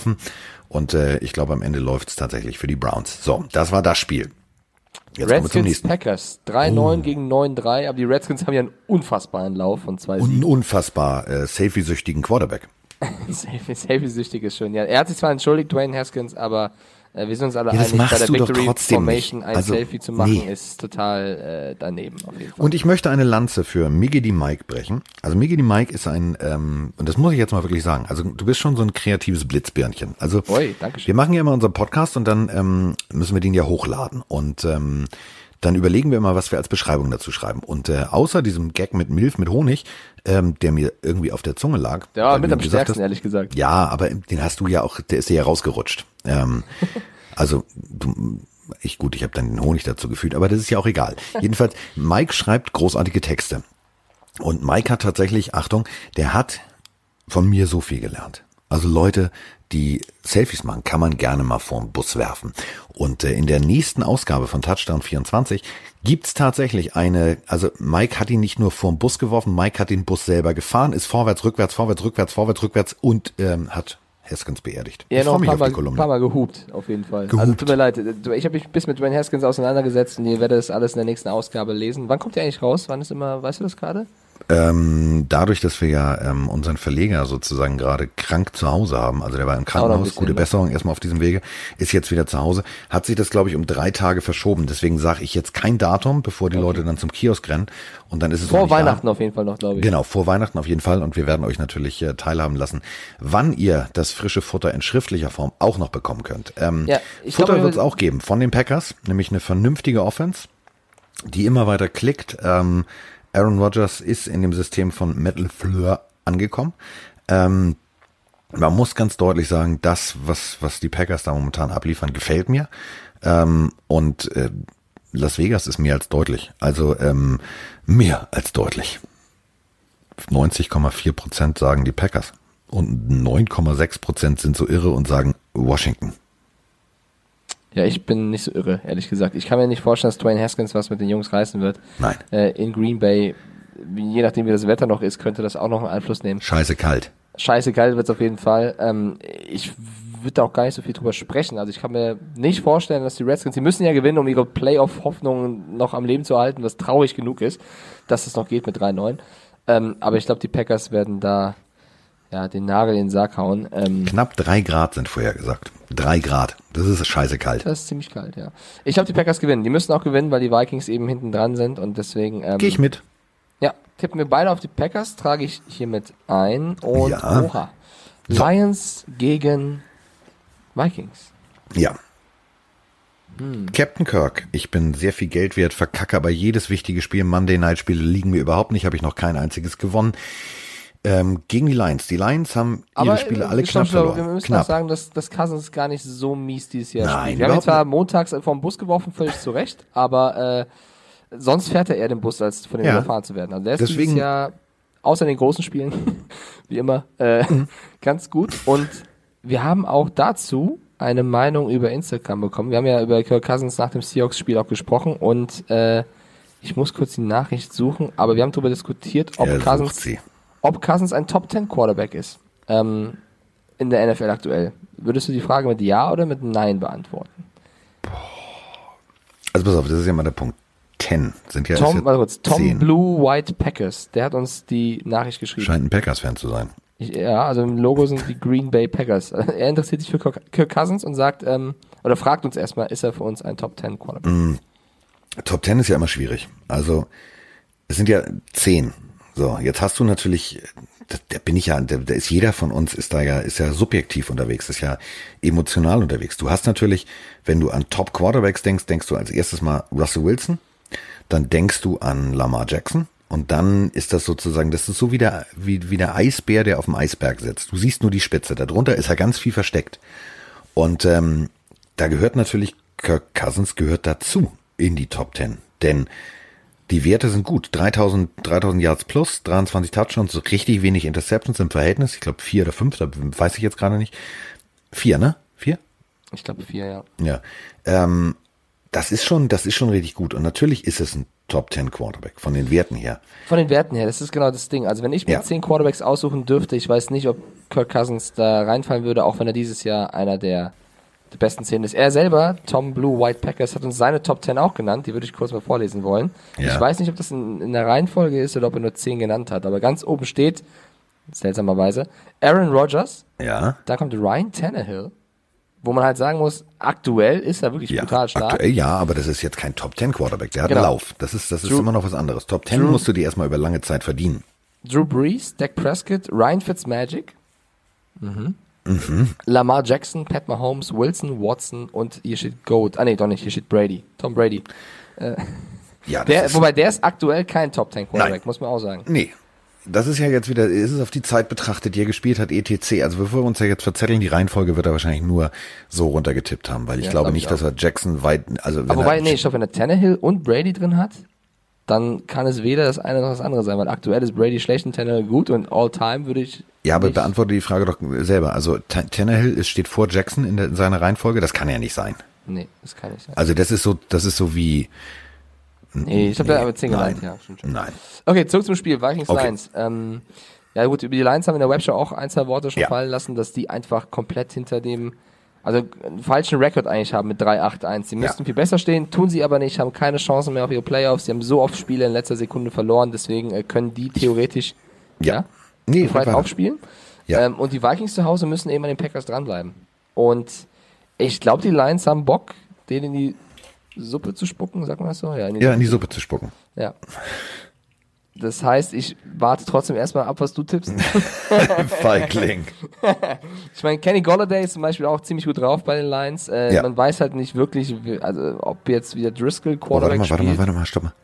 Und ich glaube, am Ende läuft es tatsächlich für die Browns. So, das war das Spiel. Jetzt kommen wir zum nächsten. Packers, 3-9 gegen 9-3, aber die Redskins haben ja einen unfassbaren Lauf von 2 Siegen. Unfassbar Safety-süchtigen Quarterback. Safety-süchtig ist schön, ja. Er hat sich zwar entschuldigt, Dwayne Haskins, aber wir sind uns alle das einig, bei machst der du doch Victory trotzdem Formation nicht. ein Also, Selfie zu machen, ist total daneben auf jeden Fall. Und ich möchte eine Lanze für Miggy die Mike brechen. Also Miggy die Mike ist ein, und das muss ich jetzt mal wirklich sagen, also du bist schon so ein kreatives Blitzbirnchen. Also Dankeschön. Wir machen ja immer unseren Podcast und dann müssen wir den ja hochladen. Und dann überlegen wir immer, was wir als Beschreibung dazu schreiben. Und außer diesem Gag mit Milf, mit Honig, der mir irgendwie auf der Zunge lag. Der war mit am stärksten, ehrlich gesagt. Ja, aber den hast du ja auch, der ist dir ja rausgerutscht. Also ich habe dann den Honig dazu gefügt, aber das ist ja auch egal. Jedenfalls, Mike schreibt großartige Texte. Und Mike hat tatsächlich, Achtung, der hat von mir so viel gelernt. Also Leute, die Selfies machen, kann man gerne mal vorm Bus werfen. Und in der nächsten Ausgabe von Touchdown 24 gibt's tatsächlich also Mike hat ihn nicht nur vorm Bus geworfen, Mike hat den Bus selber gefahren, ist vorwärts, rückwärts und hat Haskins beerdigt. Ja, noch ein paar Mal gehupt, auf jeden Fall. Also tut mir leid, ich habe mich bis mit Dwayne Haskins auseinandergesetzt und ihr werdet das alles in der nächsten Ausgabe lesen. Wann kommt der eigentlich raus? Wann ist immer, weißt du das gerade? Dadurch, dass wir ja unseren Verleger sozusagen gerade krank zu Hause haben, also der war im Krankenhaus, gute Besserung erstmal auf diesem Wege, ist jetzt wieder zu Hause, hat sich das, glaube ich, um 3 Tage verschoben. Deswegen sage ich jetzt kein Datum, bevor die Leute dann zum Kiosk rennen. Und dann ist es vor Weihnachten auf jeden Fall noch, glaube ich. Genau, vor Weihnachten auf jeden Fall. Und wir werden euch natürlich teilhaben lassen, wann ihr das frische Futter in schriftlicher Form auch noch bekommen könnt. Futter wird es auch geben von den Packers, nämlich eine vernünftige Offense, die immer weiter klickt. Aaron Rodgers ist in dem System von Matt LaFleur angekommen. Man muss ganz deutlich sagen, das, was die Packers da momentan abliefern, gefällt mir. Las Vegas ist mehr als deutlich. Also mehr als deutlich. 90,4% sagen die Packers. Und 9,6% sind so irre und sagen Washington. Ja, ich bin nicht so irre, ehrlich gesagt. Ich kann mir nicht vorstellen, dass Dwayne Haskins was mit den Jungs reißen wird. Nein. In Green Bay, je nachdem wie das Wetter noch ist, könnte das auch noch einen Einfluss nehmen. Scheiße kalt. Scheiße kalt wird es auf jeden Fall. Ich würde da auch gar nicht so viel drüber sprechen. Also ich kann mir nicht vorstellen, dass die Redskins, die müssen ja gewinnen, um ihre Playoff-Hoffnungen noch am Leben zu erhalten, was traurig genug ist, dass es noch geht mit 3-9. Aber ich glaube, die Packers werden da den Nagel in den Sarg hauen. Knapp 3 Grad sind vorher gesagt. 3 Grad. Das ist scheiße kalt. Das ist ziemlich kalt, ja. Ich glaube, die Packers gewinnen. Die müssen auch gewinnen, weil die Vikings eben hinten dran sind und deswegen... Gehe ich mit. Ja, tippen wir beide auf die Packers, trage ich hiermit ein und Ja. oha. So. Lions gegen Vikings. Ja. Captain Kirk, ich bin sehr viel Geld wert, verkacke aber jedes wichtige Spiel. Monday Night Spiele liegen mir überhaupt nicht, habe ich noch kein einziges gewonnen. Gegen die Lions. Die Lions haben ihre Spiele alle knapp verloren. Wir müssen Knapp. auch sagen, dass Cousins gar nicht so mies dieses Jahr Nein, spielt. Wir haben ihn überhaupt zwar montags vom Bus geworfen, völlig zu Recht, aber sonst fährt er eher den Bus, als von dem überfahren zu werden. Also der ist Deswegen- dieses Jahr, außer den großen Spielen, wie immer, ganz gut. Und wir haben auch dazu eine Meinung über Instagram bekommen. Wir haben ja über Kirk Cousins nach dem Seahawks-Spiel auch gesprochen und ich muss kurz die Nachricht suchen, aber wir haben darüber diskutiert, ob Er sucht Cousins sie. ein Top-10 Quarterback ist in der NFL aktuell. Würdest du die Frage mit Ja oder mit Nein beantworten? Also pass auf, das ist ja mal der Punkt. 10 sind ja, Tom ist ja 10. Blue White Packers, der hat uns die Nachricht geschrieben. Scheint ein Packers-Fan zu sein. Ja, also im Logo sind die Green Bay Packers. Er interessiert sich für Kirk Cousins und sagt, oder fragt uns erstmal, ist er für uns ein Top-10 Quarterback? Top 10 ist ja immer schwierig. Also es sind ja 10. So, jetzt hast du natürlich, da ist jeder von uns ist ja subjektiv unterwegs, ist ja emotional unterwegs. Du hast natürlich, wenn du an Top Quarterbacks denkst du als erstes mal Russell Wilson, dann denkst du an Lamar Jackson und dann ist das sozusagen, das ist so wie der Eisbär, der auf dem Eisberg sitzt. Du siehst nur die Spitze, darunter ist ja ganz viel versteckt. Und da gehört natürlich, Kirk Cousins gehört dazu in die Top 10, denn die Werte sind gut. 3000 Yards plus, 23 Touchdowns, so richtig wenig Interceptions im Verhältnis. Ich glaube 4 oder 5, da weiß ich jetzt gerade nicht. 4, ne? 4? Ich glaube 4, ja. Ja. Das ist schon richtig gut. Und natürlich ist es ein Top 10 Quarterback von den Werten her. Von den Werten her, das ist genau das Ding. Also wenn ich mir 10 Quarterbacks aussuchen dürfte, ich weiß nicht, ob Kirk Cousins da reinfallen würde, auch wenn er dieses Jahr einer der besten 10 ist. Er selber, Tom Blue White Packers, hat uns seine Top 10 auch genannt, die würde ich kurz mal vorlesen wollen. Ja. Ich weiß nicht, ob das in der Reihenfolge ist oder ob er nur 10 genannt hat, aber ganz oben steht, seltsamerweise, Aaron Rodgers, Ja. da kommt Ryan Tannehill, wo man halt sagen muss, aktuell ist er wirklich brutal stark. Aktuell ja, aber das ist jetzt kein Top 10 Quarterback, der hat Genau. einen Lauf. Das ist immer noch was anderes. Top 10 musst du dir erstmal über lange Zeit verdienen. Drew Brees, Dak Prescott, Ryan Fitzmagic, Lamar Jackson, Pat Mahomes, Wilson, Watson und hier steht Goat. Ah nee, doch nicht, hier steht Brady. Tom Brady. Ja, das ist, Wobei der ist aktuell kein Top 10 Quarterback, Nein. muss man auch sagen. nee. Das ist ja jetzt wieder, ist es auf die Zeit betrachtet, die er gespielt hat, etc. Also bevor wir uns ja jetzt verzetteln, die Reihenfolge wird er wahrscheinlich nur so runtergetippt haben, weil ich Ja, glaube glaub ich nicht, dass er Jackson weit, also wenn Aber wobei, er, ich glaube, wenn er Tannehill und Brady drin hat, dann kann es weder das eine noch das andere sein, weil aktuell ist Brady schlecht und Tannehill gut und All-Time würde ich ja, aber nicht- beantworte die Frage doch selber. Also Tannehill steht vor Jackson in seiner Reihenfolge, das kann ja nicht sein. Nee, das kann nicht sein. Also das ist so wie, Nee, ich habe da aber 10 genannt, nein, ja, stimmt schon. nein. Okay, zurück zum Spiel, Vikings Okay. Lions. Ja gut, über die Lions haben wir in der Webshow auch ein, zwei Worte schon Ja. fallen lassen, dass die einfach komplett hinter dem, also einen falschen Rekord eigentlich haben mit 3-8-1. Sie müssten viel besser stehen, tun sie aber nicht, haben keine Chancen mehr auf ihre Playoffs. Sie haben so oft Spiele in letzter Sekunde verloren, deswegen können die theoretisch Nee, befreit weiter. aufspielen. Ja. Und die Vikings zu Hause müssen eben an den Packers dranbleiben. Und ich glaube, die Lions haben Bock, denen in die Suppe zu spucken, sagt man das so? Ja, in die Suppe zu spucken. Ja. Das heißt, ich warte trotzdem erstmal ab, was du tippst. Feigling. Ich meine, Kenny Golladay ist zum Beispiel auch ziemlich gut drauf bei den Lions. Ja. Man weiß halt nicht wirklich, also ob jetzt wieder Driscoll Quarterback spielt. Warte mal, stopp mal.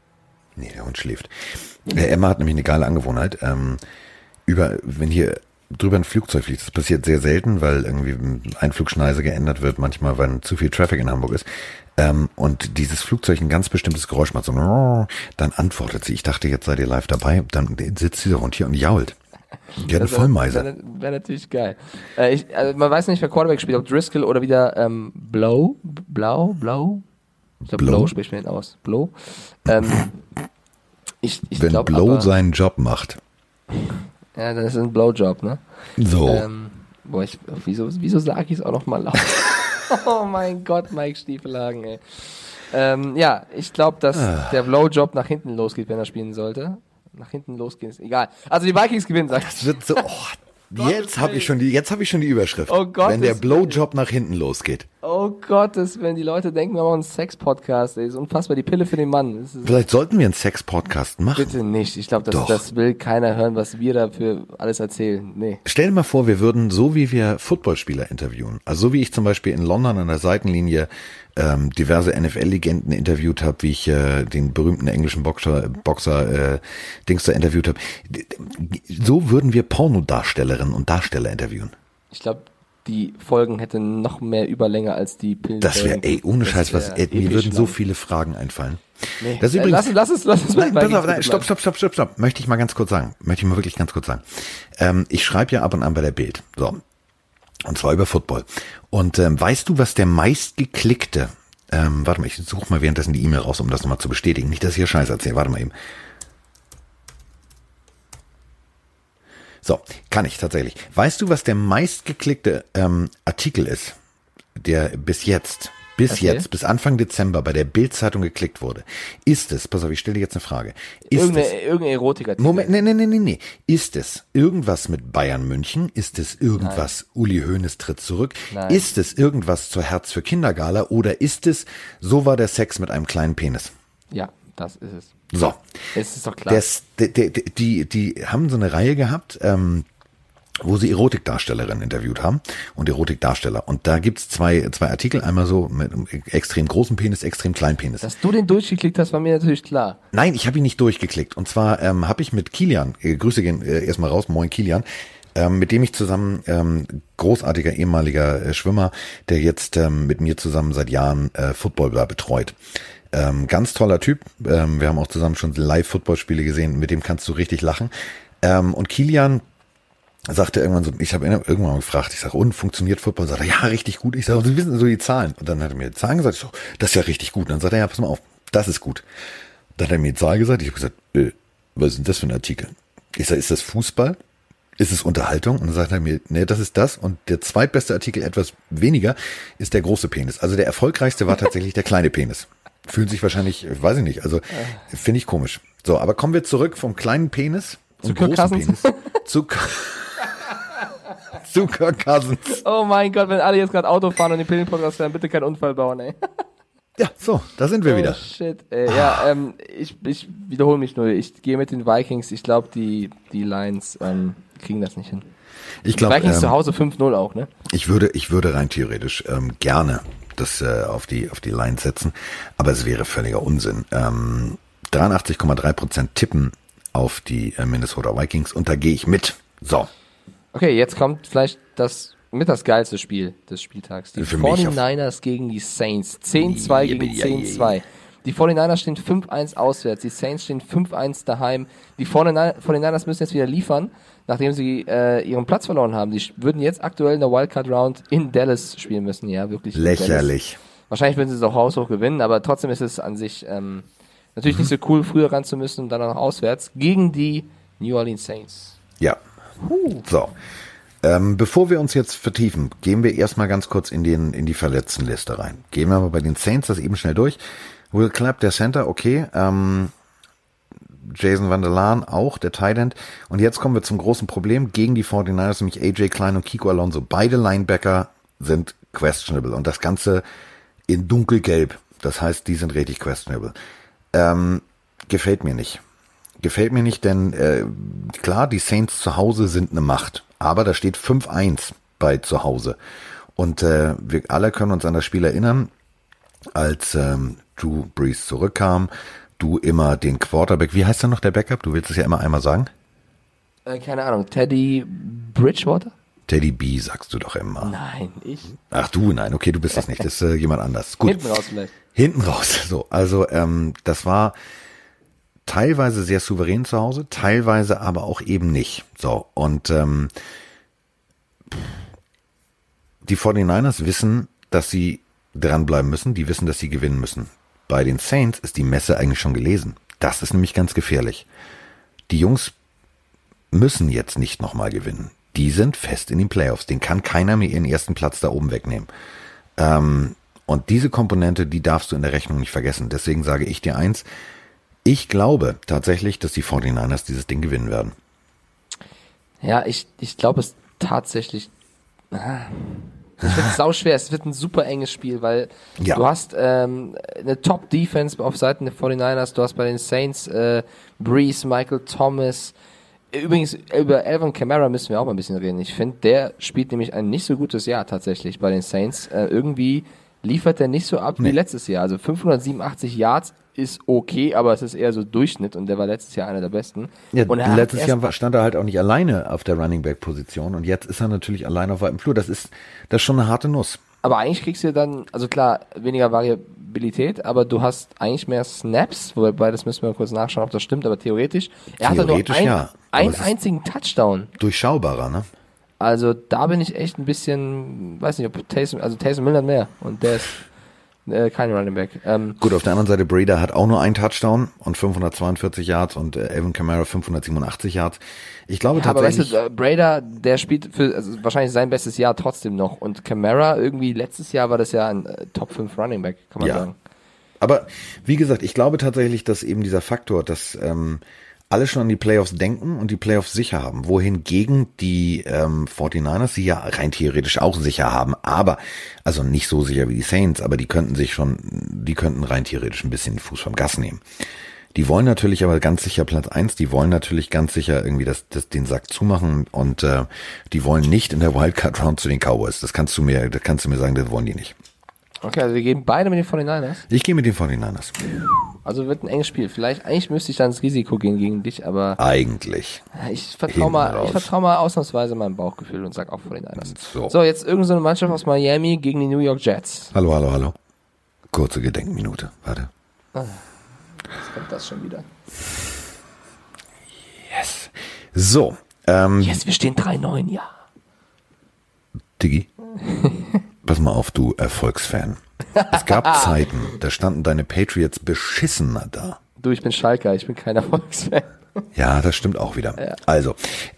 Nee, der Hund schläft. Emma hat nämlich eine geile Angewohnheit. Wenn hier drüber ein Flugzeug fliegt. Das passiert sehr selten, weil irgendwie Einflugschneise geändert wird, manchmal, wenn zu viel Traffic in Hamburg ist. Und dieses Flugzeug ein ganz bestimmtes Geräusch macht, so, dann antwortet sie. Ich dachte, jetzt seid ihr live dabei. Dann sitzt sie so rund hier und jault. Die hat eine Vollmeise. Wäre natürlich geil. Also man weiß nicht, wer Quarterback spielt, ob Driscoll oder wieder Blow. Ich glaube, Blow spricht man aus. Blow. Ich Wenn glaub, Blow aber, seinen Job macht. Ja, dann ist es ein Blowjob, ne? So. Wieso sage ich es auch noch mal laut? Oh mein Gott, Mike Stiefelhagen, ey. Ja, ich glaube, dass der Blowjob nach hinten losgeht, wenn er spielen sollte. Nach hinten losgehen ist egal. Also die Vikings gewinnen, sagt Das wird so. Jetzt habe ich schon die Überschrift. Oh Gott, wenn der Blowjob nach hinten losgeht. Oh Gott, wenn die Leute denken, wir machen einen Sex-Podcast, ey, ist unfassbar, die Pille für den Mann. Vielleicht sollten wir einen Sex-Podcast machen. Bitte nicht, ich glaube, das will keiner hören, was wir da für alles erzählen. Nee. Stell dir mal vor, wir würden, so wie wir Footballspieler interviewen, also so wie ich zum Beispiel in London an der Seitenlinie diverse NFL-Legenden interviewt habe, wie ich den berühmten englischen Boxer Dings da interviewt habe, so würden wir Pornodarstellerinnen und Darsteller interviewen. Ich glaube, die Folgen hätten noch mehr Überlänge als die Pillen. Das wäre, ohne Scheiß, mir würden so viele Fragen einfallen. Nee. Das ist übrigens, lass es nein, pass auf, stopp. Möchte ich mal wirklich ganz kurz sagen. Ich schreibe ja ab und an bei der Bild. So. Und zwar über Football. Und weißt du, was der meistgeklickte, warte mal, ich suche mal währenddessen die E-Mail raus, um das nochmal zu bestätigen. Nicht, dass ich hier Scheiß erzähle. Warte mal eben. So, kann ich tatsächlich. Weißt du, was der meistgeklickte Artikel ist, der bis Anfang Dezember bei der Bild-Zeitung geklickt wurde? Ist es, pass auf, ich stelle dir jetzt eine Frage. Irgendein Erotikartikel. Moment, nee. Ist es irgendwas mit Bayern München? Ist es irgendwas, Nein. Uli Hoeneß tritt zurück? Nein. Ist es irgendwas zur Herz für Kindergala? Oder ist es, so war der Sex mit einem kleinen Penis? Ja, das ist es. So. Es ist doch klar. Die haben so eine Reihe gehabt, wo sie Erotikdarstellerinnen interviewt haben und Erotikdarsteller. Und da gibt's zwei Artikel, einmal so mit extrem großen Penis, extrem kleinen Penis. Dass du den durchgeklickt hast, war mir natürlich klar. Nein, ich habe ihn nicht durchgeklickt. Und zwar habe ich mit Kilian, Grüße gehen erstmal raus, moin Kilian, mit dem ich zusammen, großartiger ehemaliger Schwimmer, der jetzt mit mir zusammen seit Jahren Football betreut. Ganz toller Typ. Wir haben auch zusammen schon Live-Footballspiele gesehen, mit dem kannst du richtig lachen. Und Kilian sagte irgendwann so, ich habe irgendwann mal gefragt, ich sage, und funktioniert Football? Sagt er, ja, richtig gut. Ich sage, Sie wissen so die Zahlen. Und dann hat er mir die Zahlen gesagt, ich so, das ist ja richtig gut. Und dann sagt er, ja, pass mal auf, das ist gut. Dann hat er mir die Zahl gesagt, ich habe gesagt, was ist denn das für ein Artikel? Ich sage, ist das Fußball? Ist es Unterhaltung? Und dann sagt er mir, nee, das ist das. Und der zweitbeste Artikel, etwas weniger, ist der große Penis. Also der erfolgreichste war tatsächlich der kleine Penis. Fühlen sich wahrscheinlich, weiß ich nicht, also finde ich komisch. So, aber kommen wir zurück vom kleinen Penis zu großen Penis. Zu Kirk Cousins. Oh mein Gott, wenn alle jetzt gerade Auto fahren und den Pillen-Podcast hören, bitte keinen Unfall bauen, ey. Ja, so, da sind wir wieder. Shit, ey. Ja, ich wiederhole mich nur. Ich gehe mit den Vikings. Ich glaube, die Lions kriegen das nicht hin. Ich glaube, Vikings zu Hause 5-0 auch, ne? Ich würde rein theoretisch gerne das auf die Lions setzen, aber es wäre völliger Unsinn. 83,3% tippen auf die Minnesota Vikings und da gehe ich mit. So. Okay, jetzt kommt vielleicht das geilste Spiel des Spieltags. Die 49ers gegen die Saints. 10-2 gegen 10-2. Die 49ers stehen 5-1 auswärts. Die Saints stehen 5-1 daheim. Die 49ers müssen jetzt wieder liefern, nachdem sie ihren Platz verloren haben. Die würden jetzt aktuell in der Wildcard-Round in Dallas spielen müssen. Ja, wirklich. Lächerlich. Wahrscheinlich würden sie es auch haushoch gewinnen, aber trotzdem ist es an sich natürlich nicht so cool, früher ran zu müssen und dann auch auswärts gegen die New Orleans Saints. Ja. So. Bevor wir uns jetzt vertiefen, gehen wir erstmal ganz kurz in die Verletztenliste rein. Gehen wir mal bei den Saints das eben schnell durch. Will Clapp, der Center, okay. Jason Van der Laan auch, der Tight End. Und jetzt kommen wir zum großen Problem gegen die 49ers, nämlich AJ Klein und Kiko Alonso. Beide Linebacker sind questionable und das Ganze in dunkelgelb. Das heißt, die sind richtig questionable. Gefällt mir nicht. Denn klar, die Saints zu Hause sind eine Macht. Aber da steht 5-1 bei zu Hause. Und wir alle können uns an das Spiel erinnern, als Drew Brees zurückkam, du immer den Quarterback, wie heißt er noch, der Backup? Du willst es ja immer einmal sagen. Keine Ahnung, Teddy Bridgewater? Teddy B, sagst du doch immer. Nein, ich. Ach du, nein, okay, du bist das nicht, das ist jemand anders. Gut. Hinten raus vielleicht. Hinten raus, so. Also, das war teilweise sehr souverän zu Hause, teilweise aber auch eben nicht. So, und die 49ers wissen, dass sie dranbleiben müssen, die wissen, dass sie gewinnen müssen. Bei den Saints ist die Messe eigentlich schon gelesen. Das ist nämlich ganz gefährlich. Die Jungs müssen jetzt nicht nochmal gewinnen. Die sind fest in den Playoffs. Den kann keiner mehr ihren ersten Platz da oben wegnehmen. Und diese Komponente, die darfst du in der Rechnung nicht vergessen. Deswegen sage ich dir eins. Ich glaube tatsächlich, dass die 49ers dieses Ding gewinnen werden. Ja, ich glaube es tatsächlich. Es wird sauschwer. Es wird ein super enges Spiel, weil du hast eine Top-Defense auf Seiten der 49ers. Du hast bei den Saints Breeze, Michael Thomas. Übrigens, über Alvin Kamara müssen wir auch mal ein bisschen reden. Ich finde, der spielt nämlich ein nicht so gutes Jahr tatsächlich bei den Saints. Irgendwie liefert er nicht so ab wie letztes Jahr. Also 587 Yards ist okay, aber es ist eher so Durchschnitt und der war letztes Jahr einer der besten. Ja, und letztes Jahr stand er halt auch nicht alleine auf der Running Back Position und jetzt ist er natürlich alleine auf weitem Flur. Das ist schon eine harte Nuss. Aber eigentlich kriegst du dann, also klar, weniger Variabilität, aber du hast eigentlich mehr Snaps, wobei das müssen wir kurz nachschauen, ob das stimmt, aber theoretisch. Er hatte nur einen einzigen Touchdown. Durchschaubarer, ne? Also da bin ich echt ein bisschen, weiß nicht, ob Taysom Hill hat mehr und der ist kein Running Back. Gut, auf der anderen Seite, Breida hat auch nur einen Touchdown und 542 Yards und Alvin Kamara 587 Yards. Ich glaube tatsächlich... Aber weißt du, Breida, der spielt wahrscheinlich sein bestes Jahr trotzdem noch und Kamara irgendwie, letztes Jahr war das ja ein Top 5 Running Back, kann man sagen. Aber wie gesagt, ich glaube tatsächlich, dass eben dieser Faktor, dass alle schon an die Playoffs denken und die Playoffs sicher haben, wohingegen die 49ers sie ja rein theoretisch auch sicher haben, aber, also nicht so sicher wie die Saints, aber die könnten rein theoretisch ein bisschen den Fuß vom Gas nehmen. Die wollen natürlich aber ganz sicher Platz 1, die wollen natürlich ganz sicher irgendwie den Sack zumachen und die wollen nicht in der Wildcard Round zu den Cowboys. Das kannst du mir sagen, das wollen die nicht. Okay, also wir gehen beide mit den 49ers? Ich gehe mit den 49ers. Also wird ein enges Spiel. Eigentlich müsste ich dann ins Risiko gehen gegen dich, aber... Eigentlich. Ich vertraue mal ausnahmsweise meinem Bauchgefühl und sag auch 49ers. So, jetzt irgendeine so Mannschaft aus Miami gegen die New York Jets. Hallo. Kurze Gedenkminute, warte. Jetzt kommt das schon wieder. Yes. So. Yes, wir stehen 3-9, ja. Diggi. Pass mal auf, du Erfolgsfan. Es gab Zeiten, da standen deine Patriots beschissener da. Du, ich bin Schalker, ich bin kein Erfolgsfan. Ja, das stimmt auch wieder. Ja. Also,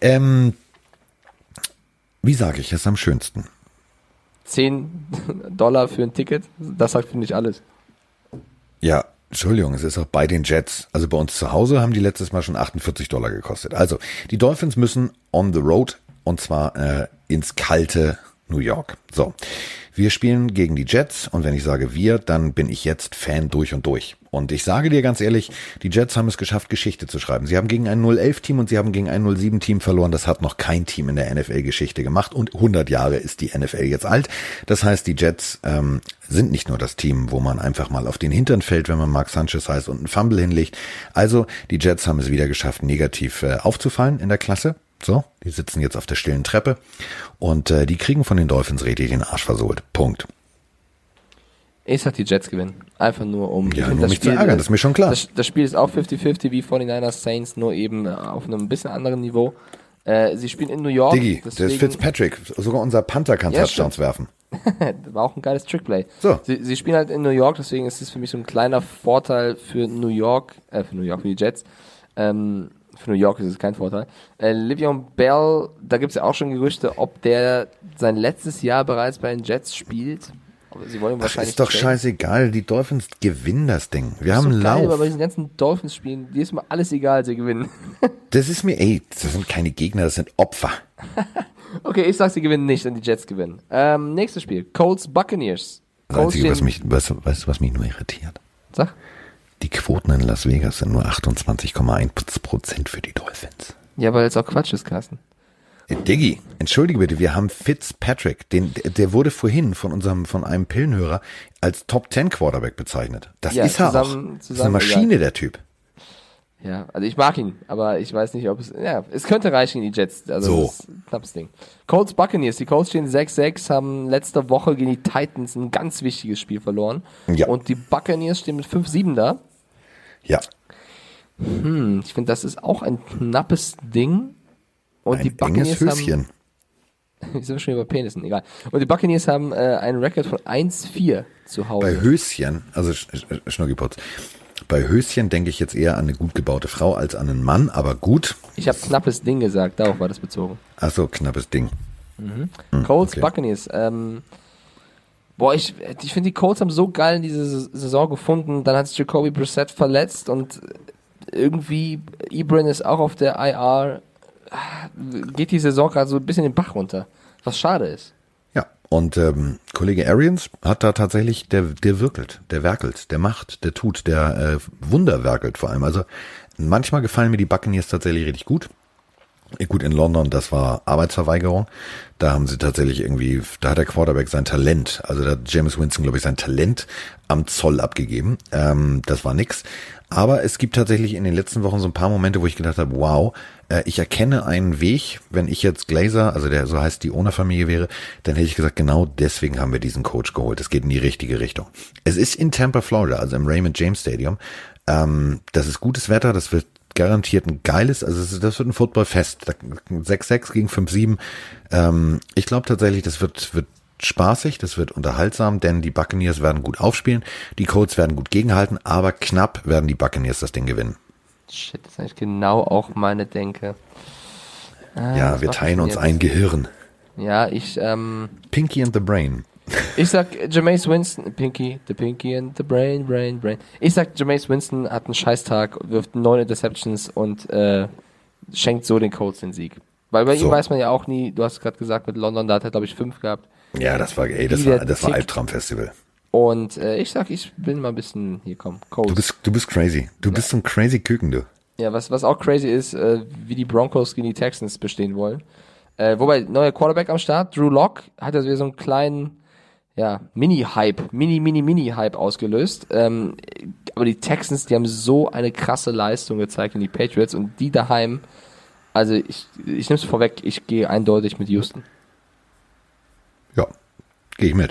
wie sage ich es am schönsten? $10 für ein Ticket, das sagt, finde ich, alles. Ja, Entschuldigung, es ist auch bei den Jets. Also bei uns zu Hause haben die letztes Mal schon $48 gekostet. Also, die Dolphins müssen on the road und zwar ins kalte New York. So, wir spielen gegen die Jets und wenn ich sage wir, dann bin ich jetzt Fan durch und durch. Und ich sage dir ganz ehrlich, die Jets haben es geschafft, Geschichte zu schreiben. Sie haben gegen ein 0-11-Team und sie haben gegen ein 0-7-Team verloren. Das hat noch kein Team in der NFL-Geschichte gemacht und 100 Jahre ist die NFL jetzt alt. Das heißt, die Jets sind nicht nur das Team, wo man einfach mal auf den Hintern fällt, wenn man Mark Sanchez heißt und einen Fumble hinlegt. Also, die Jets haben es wieder geschafft, negativ aufzufallen in der Klasse. So, die sitzen jetzt auf der stillen Treppe und die kriegen von den Dolphins richtig den Arsch versohlt. Punkt. Ich sag, die Jets gewinnen. Einfach nur um... Ja, nur mich zu ärgern, das ist mir schon klar. Das Spiel ist auch 50-50 wie 49ers Saints, nur eben auf einem bisschen anderen Niveau. Sie spielen in New York. Diggi, das ist Fitzpatrick. Sogar unser Panther kann Touchdowns werfen. War auch ein geiles Trickplay. So. Sie spielen halt in New York, deswegen ist es für mich so ein kleiner Vorteil für die Jets. Für New York ist es kein Vorteil. Le'Veon Bell, da gibt es ja auch schon Gerüchte, ob der sein letztes Jahr bereits bei den Jets spielt. Aber sie wollen wahrscheinlich. Ist doch scheißegal, die Dolphins gewinnen das Ding. Wir haben einen Lauf. Aber bei diesen ganzen Dolphins-Spielen, dir ist mal alles egal, sie gewinnen. Das ist mir, das sind keine Gegner, das sind Opfer. Okay, ich sag, sie gewinnen nicht und die Jets gewinnen. Nächstes Spiel, Colts Buccaneers. Das Einzige, was mich nur irritiert. Sag. Die Quoten in Las Vegas sind nur 28,1% für die Dolphins. Ja, weil es auch Quatsch ist, Carsten. Diggi, entschuldige bitte, wir haben Fitzpatrick, der wurde vorhin von einem Pillenhörer als Top 10 Quarterback bezeichnet. Das ist er auch. Das ist eine Maschine, der Typ. Ja, also ich mag ihn, aber ich weiß nicht, ob es könnte reichen in die Jets, also So. das ist ein knappes Ding. Colts Buccaneers, die Colts stehen 6-6, haben letzte Woche gegen die Titans ein ganz wichtiges Spiel verloren. Ja. Und die Buccaneers stehen mit 5-7 da. Ja, Ich finde, das ist auch ein knappes Ding. Und die ein enges Buccaneers haben, Höschen. wir sind schon über Penissen, egal. Und die Buccaneers haben einen Rekord von 1-4 zu Hause. Bei Höschen, also Schnuckiputz, bei Höschen denke ich jetzt eher an eine gut gebaute Frau als an einen Mann, aber gut. Ich habe knappes Ding gesagt, darauf war das bezogen. Ach so, knappes Ding. Colts, okay. Buccaneers. Ich finde, die Colts haben so geil in diese Saison gefunden. Dann hat sich Jacoby Brissett verletzt und irgendwie Ebron ist auch auf der IR. Geht die Saison gerade so ein bisschen den Bach runter, was schade ist. Ja, und Kollege Arians hat da tatsächlich, der wirkelt, der werkelt, der macht, der tut, der Wunder werkelt vor allem. Also manchmal gefallen mir die Buccaneers tatsächlich richtig gut. Gut, in London, das war Arbeitsverweigerung. Da haben sie tatsächlich irgendwie, da hat der Quarterback sein Talent, also da hat Jameis Winston, glaube ich, sein Talent am Zoll abgegeben. Das war nix. Aber es gibt tatsächlich in den letzten Wochen so ein paar Momente, wo ich gedacht habe, wow, ich erkenne einen Weg. Wenn ich jetzt Glazer, also der so heißt die Owner-Familie wäre, dann hätte ich gesagt, genau deswegen haben wir diesen Coach geholt. Es geht in die richtige Richtung. Es ist in Tampa, Florida, also im Raymond James Stadium. Das ist gutes Wetter, das wird garantiert ein geiles, also das wird ein Footballfest. 6-6 gegen 5-7. Ich glaube tatsächlich, das wird spaßig, das wird unterhaltsam, denn die Buccaneers werden gut aufspielen, die Colts werden gut gegenhalten, aber knapp werden die Buccaneers das Ding gewinnen. Shit, das ist eigentlich genau auch meine Denke. Ja, wir teilen uns ein Gehirn. Ja, ich Pinky and the Brain. sag Jameis Winston, the Pinky and the Brain. Ich sag, Jameis Winston hat einen Scheißtag, wirft 9 Interceptions und schenkt so den Colts den Sieg. Weil bei ihm weiß man ja auch nie, du hast gerade gesagt, mit London, da hat er, glaube ich, 5 gehabt. Ja, das war Albtraumfestival. Und ich sag, ich bin mal ein bisschen, hier komm, Colts. Du bist crazy. Du bist so ein crazy Küken, du. Ja, was auch crazy ist, wie die Broncos gegen die Texans bestehen wollen. Wobei, neuer Quarterback am Start, Drew Lock, hat ja so einen kleinen, Mini-Hype, Mini-Hype ausgelöst. Aber die Texans, die haben so eine krasse Leistung gezeigt in die Patriots und die daheim, also ich nehme es vorweg, ich gehe eindeutig mit Houston. Ja, gehe ich mit.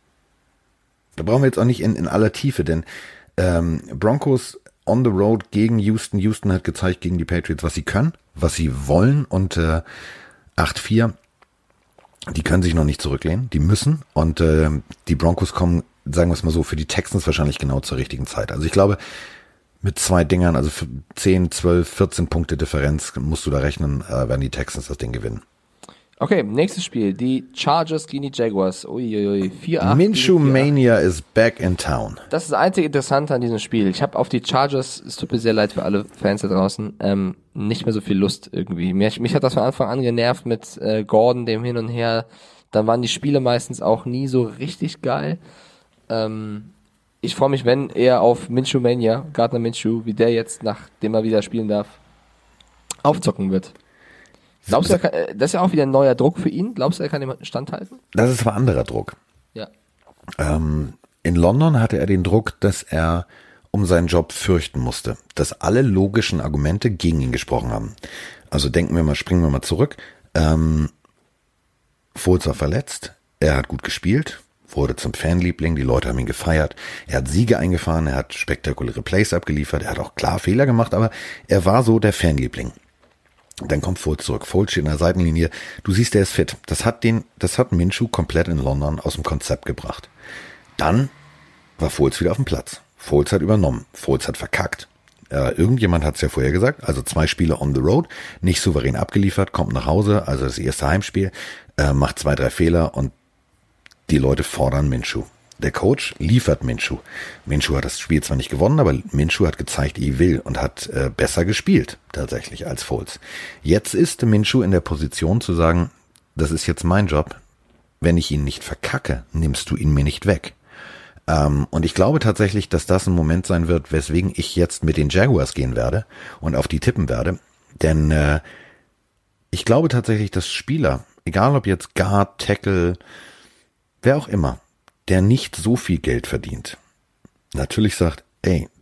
Da brauchen wir jetzt auch nicht in aller Tiefe, denn Broncos on the road gegen Houston. Houston hat gezeigt gegen die Patriots, was sie können, was sie wollen und 8-4, die können sich noch nicht zurücklehnen, die müssen und die Broncos kommen, sagen wir es mal so, für die Texans wahrscheinlich genau zur richtigen Zeit. Also ich glaube, mit 2 Dingern, also 10, 12, 14 Punkte Differenz musst du da rechnen, werden die Texans das Ding gewinnen. Okay, nächstes Spiel. Die Chargers gegen die Jaguars. Uiuiui, 4-8. Minshew Mania is back in town. Das ist das einzige Interessante an diesem Spiel. Ich habe auf die Chargers, es tut mir sehr leid für alle Fans da draußen, nicht mehr so viel Lust irgendwie. Mich hat das von Anfang an genervt mit Gordon, dem Hin und Her. Dann waren die Spiele meistens auch nie so richtig geil. Ich freue mich, wenn eher auf Minshew Mania, Gardner Minshew, wie der jetzt, nachdem er wieder spielen darf, aufzocken wird. Glaubst du, das ist ja auch wieder ein neuer Druck für ihn? Glaubst du, er kann jemanden standhalten? Das ist aber anderer Druck. Ja. In London hatte er den Druck, dass er um seinen Job fürchten musste, dass alle logischen Argumente gegen ihn gesprochen haben. Also springen wir mal zurück. Foles war verletzt, er hat gut gespielt, wurde zum Fanliebling, die Leute haben ihn gefeiert, er hat Siege eingefahren, er hat spektakuläre Plays abgeliefert, er hat auch klar Fehler gemacht, aber er war so der Fanliebling. Dann kommt Foles zurück. Foles steht in der Seitenlinie. Du siehst, der ist fit. Das hat Minshew komplett in London aus dem Konzept gebracht. Dann war Foles wieder auf dem Platz. Foles hat übernommen. Foles hat verkackt. Irgendjemand hat es ja vorher gesagt. Also 2 Spiele on the road, nicht souverän abgeliefert, kommt nach Hause, also das erste Heimspiel, macht 2, 3 Fehler und die Leute fordern Minshew. Der Coach liefert Minshew. Minshew hat das Spiel zwar nicht gewonnen, aber Minshew hat gezeigt, er will und hat besser gespielt tatsächlich als Foles. Jetzt ist Minshew in der Position zu sagen, das ist jetzt mein Job. Wenn ich ihn nicht verkacke, nimmst du ihn mir nicht weg. Und ich glaube tatsächlich, dass das ein Moment sein wird, weswegen ich jetzt mit den Jaguars gehen werde und auf die tippen werde. Denn ich glaube tatsächlich, dass Spieler, egal ob jetzt Guard, Tackle, wer auch immer, der nicht so viel Geld verdient, natürlich sagt, ey,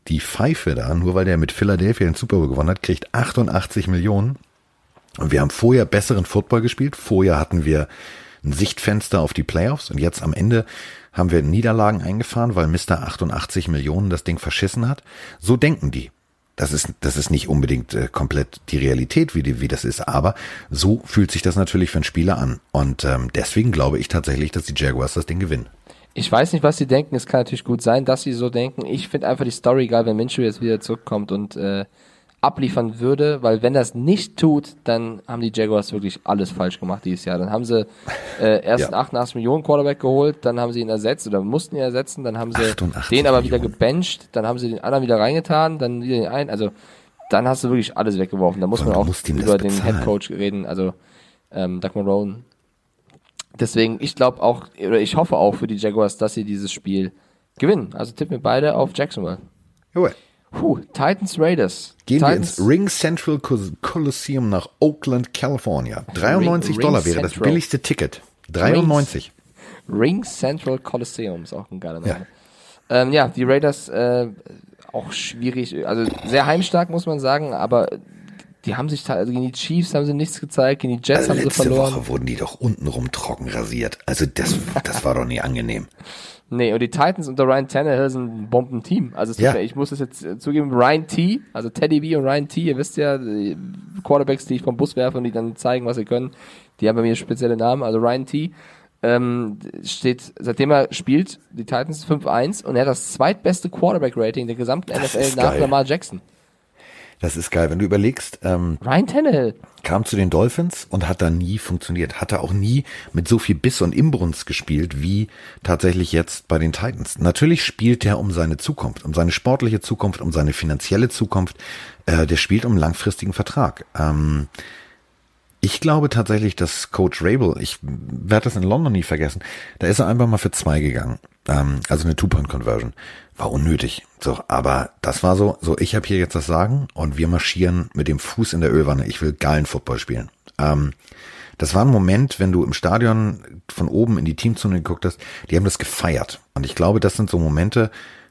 die Pfeife da, nur weil der mit Philadelphia den Super Bowl gewonnen hat, kriegt 88 Millionen. Und wir haben vorher besseren Football gespielt. Vorher hatten wir ein Sichtfenster auf die Playoffs und jetzt am Ende haben wir Niederlagen eingefahren, weil Mr. 88 Millionen das Ding verschissen hat. So denken die. Das ist nicht unbedingt komplett die Realität, wie das ist, aber so fühlt sich das natürlich für einen Spieler an. Und deswegen glaube ich tatsächlich, dass die Jaguars das Ding gewinnen. Ich weiß nicht, was sie denken. Es kann natürlich gut sein, dass sie so denken. Ich finde einfach die Story geil, wenn Minshew jetzt wieder zurückkommt und abliefern würde, weil wenn das nicht tut, dann haben die Jaguars wirklich alles falsch gemacht dieses Jahr. Dann haben sie erst einen 88 Millionen Quarterback geholt, dann haben sie ihn ersetzt oder mussten ihn ersetzen, dann haben sie den aber wieder gebencht, dann haben sie den anderen wieder reingetan, dann wieder den einen, also dann hast du wirklich alles weggeworfen. Da muss man auch über den Headcoach reden, also Doug Marrone. Deswegen, ich glaube auch, oder ich hoffe auch für die Jaguars, dass sie dieses Spiel gewinnen. Also tippen wir beide auf Jacksonville. Jawohl. Titans Raiders. Gehen Titans. Wir ins Ring Central Coliseum nach Oakland, California. $93 wäre das billigste Ticket. 93. Ring Central Coliseum ist auch ein geiler Name. Ja, die Raiders auch schwierig, also sehr heimstark muss man sagen, aber die haben sich also gegen die Chiefs haben sie nichts gezeigt, gegen die Jets haben sie verloren. Letzte Woche wurden die doch untenrum trocken rasiert. Also das war doch nie angenehm. Nee, und die Titans unter Ryan Tannehill sind ein Bombenteam. Also ich muss es jetzt zugeben, Ryan T., also Teddy B und Ryan T., ihr wisst ja, die Quarterbacks, die ich vom Bus werfe und die dann zeigen, was sie können, die haben bei mir spezielle Namen. Also Ryan T. Steht, seitdem er spielt, die Titans 5-1 und er hat das zweitbeste Quarterback-Rating der gesamten NFL nach Lamar Jackson. Das ist geil, wenn du überlegst, Ryan Tannehill kam zu den Dolphins und hat da nie funktioniert. Hat da auch nie mit so viel Biss und Inbrunst gespielt, wie tatsächlich jetzt bei den Titans. Natürlich spielt er um seine Zukunft, um seine sportliche Zukunft, um seine finanzielle Zukunft. Der spielt um einen langfristigen Vertrag. Ich glaube tatsächlich, dass Coach Rabel, ich werde das in London nie vergessen, da ist er einfach mal für 2 gegangen. Also eine Two-Point-Conversion. War unnötig. So, aber das war so, ich habe hier jetzt das Sagen und wir marschieren mit dem Fuß in der Ölwanne. Ich will geilen Football spielen. Das war ein Moment, wenn du im Stadion von oben in die Teamzone geguckt hast, die haben das gefeiert. Und ich glaube, das sind so Momente,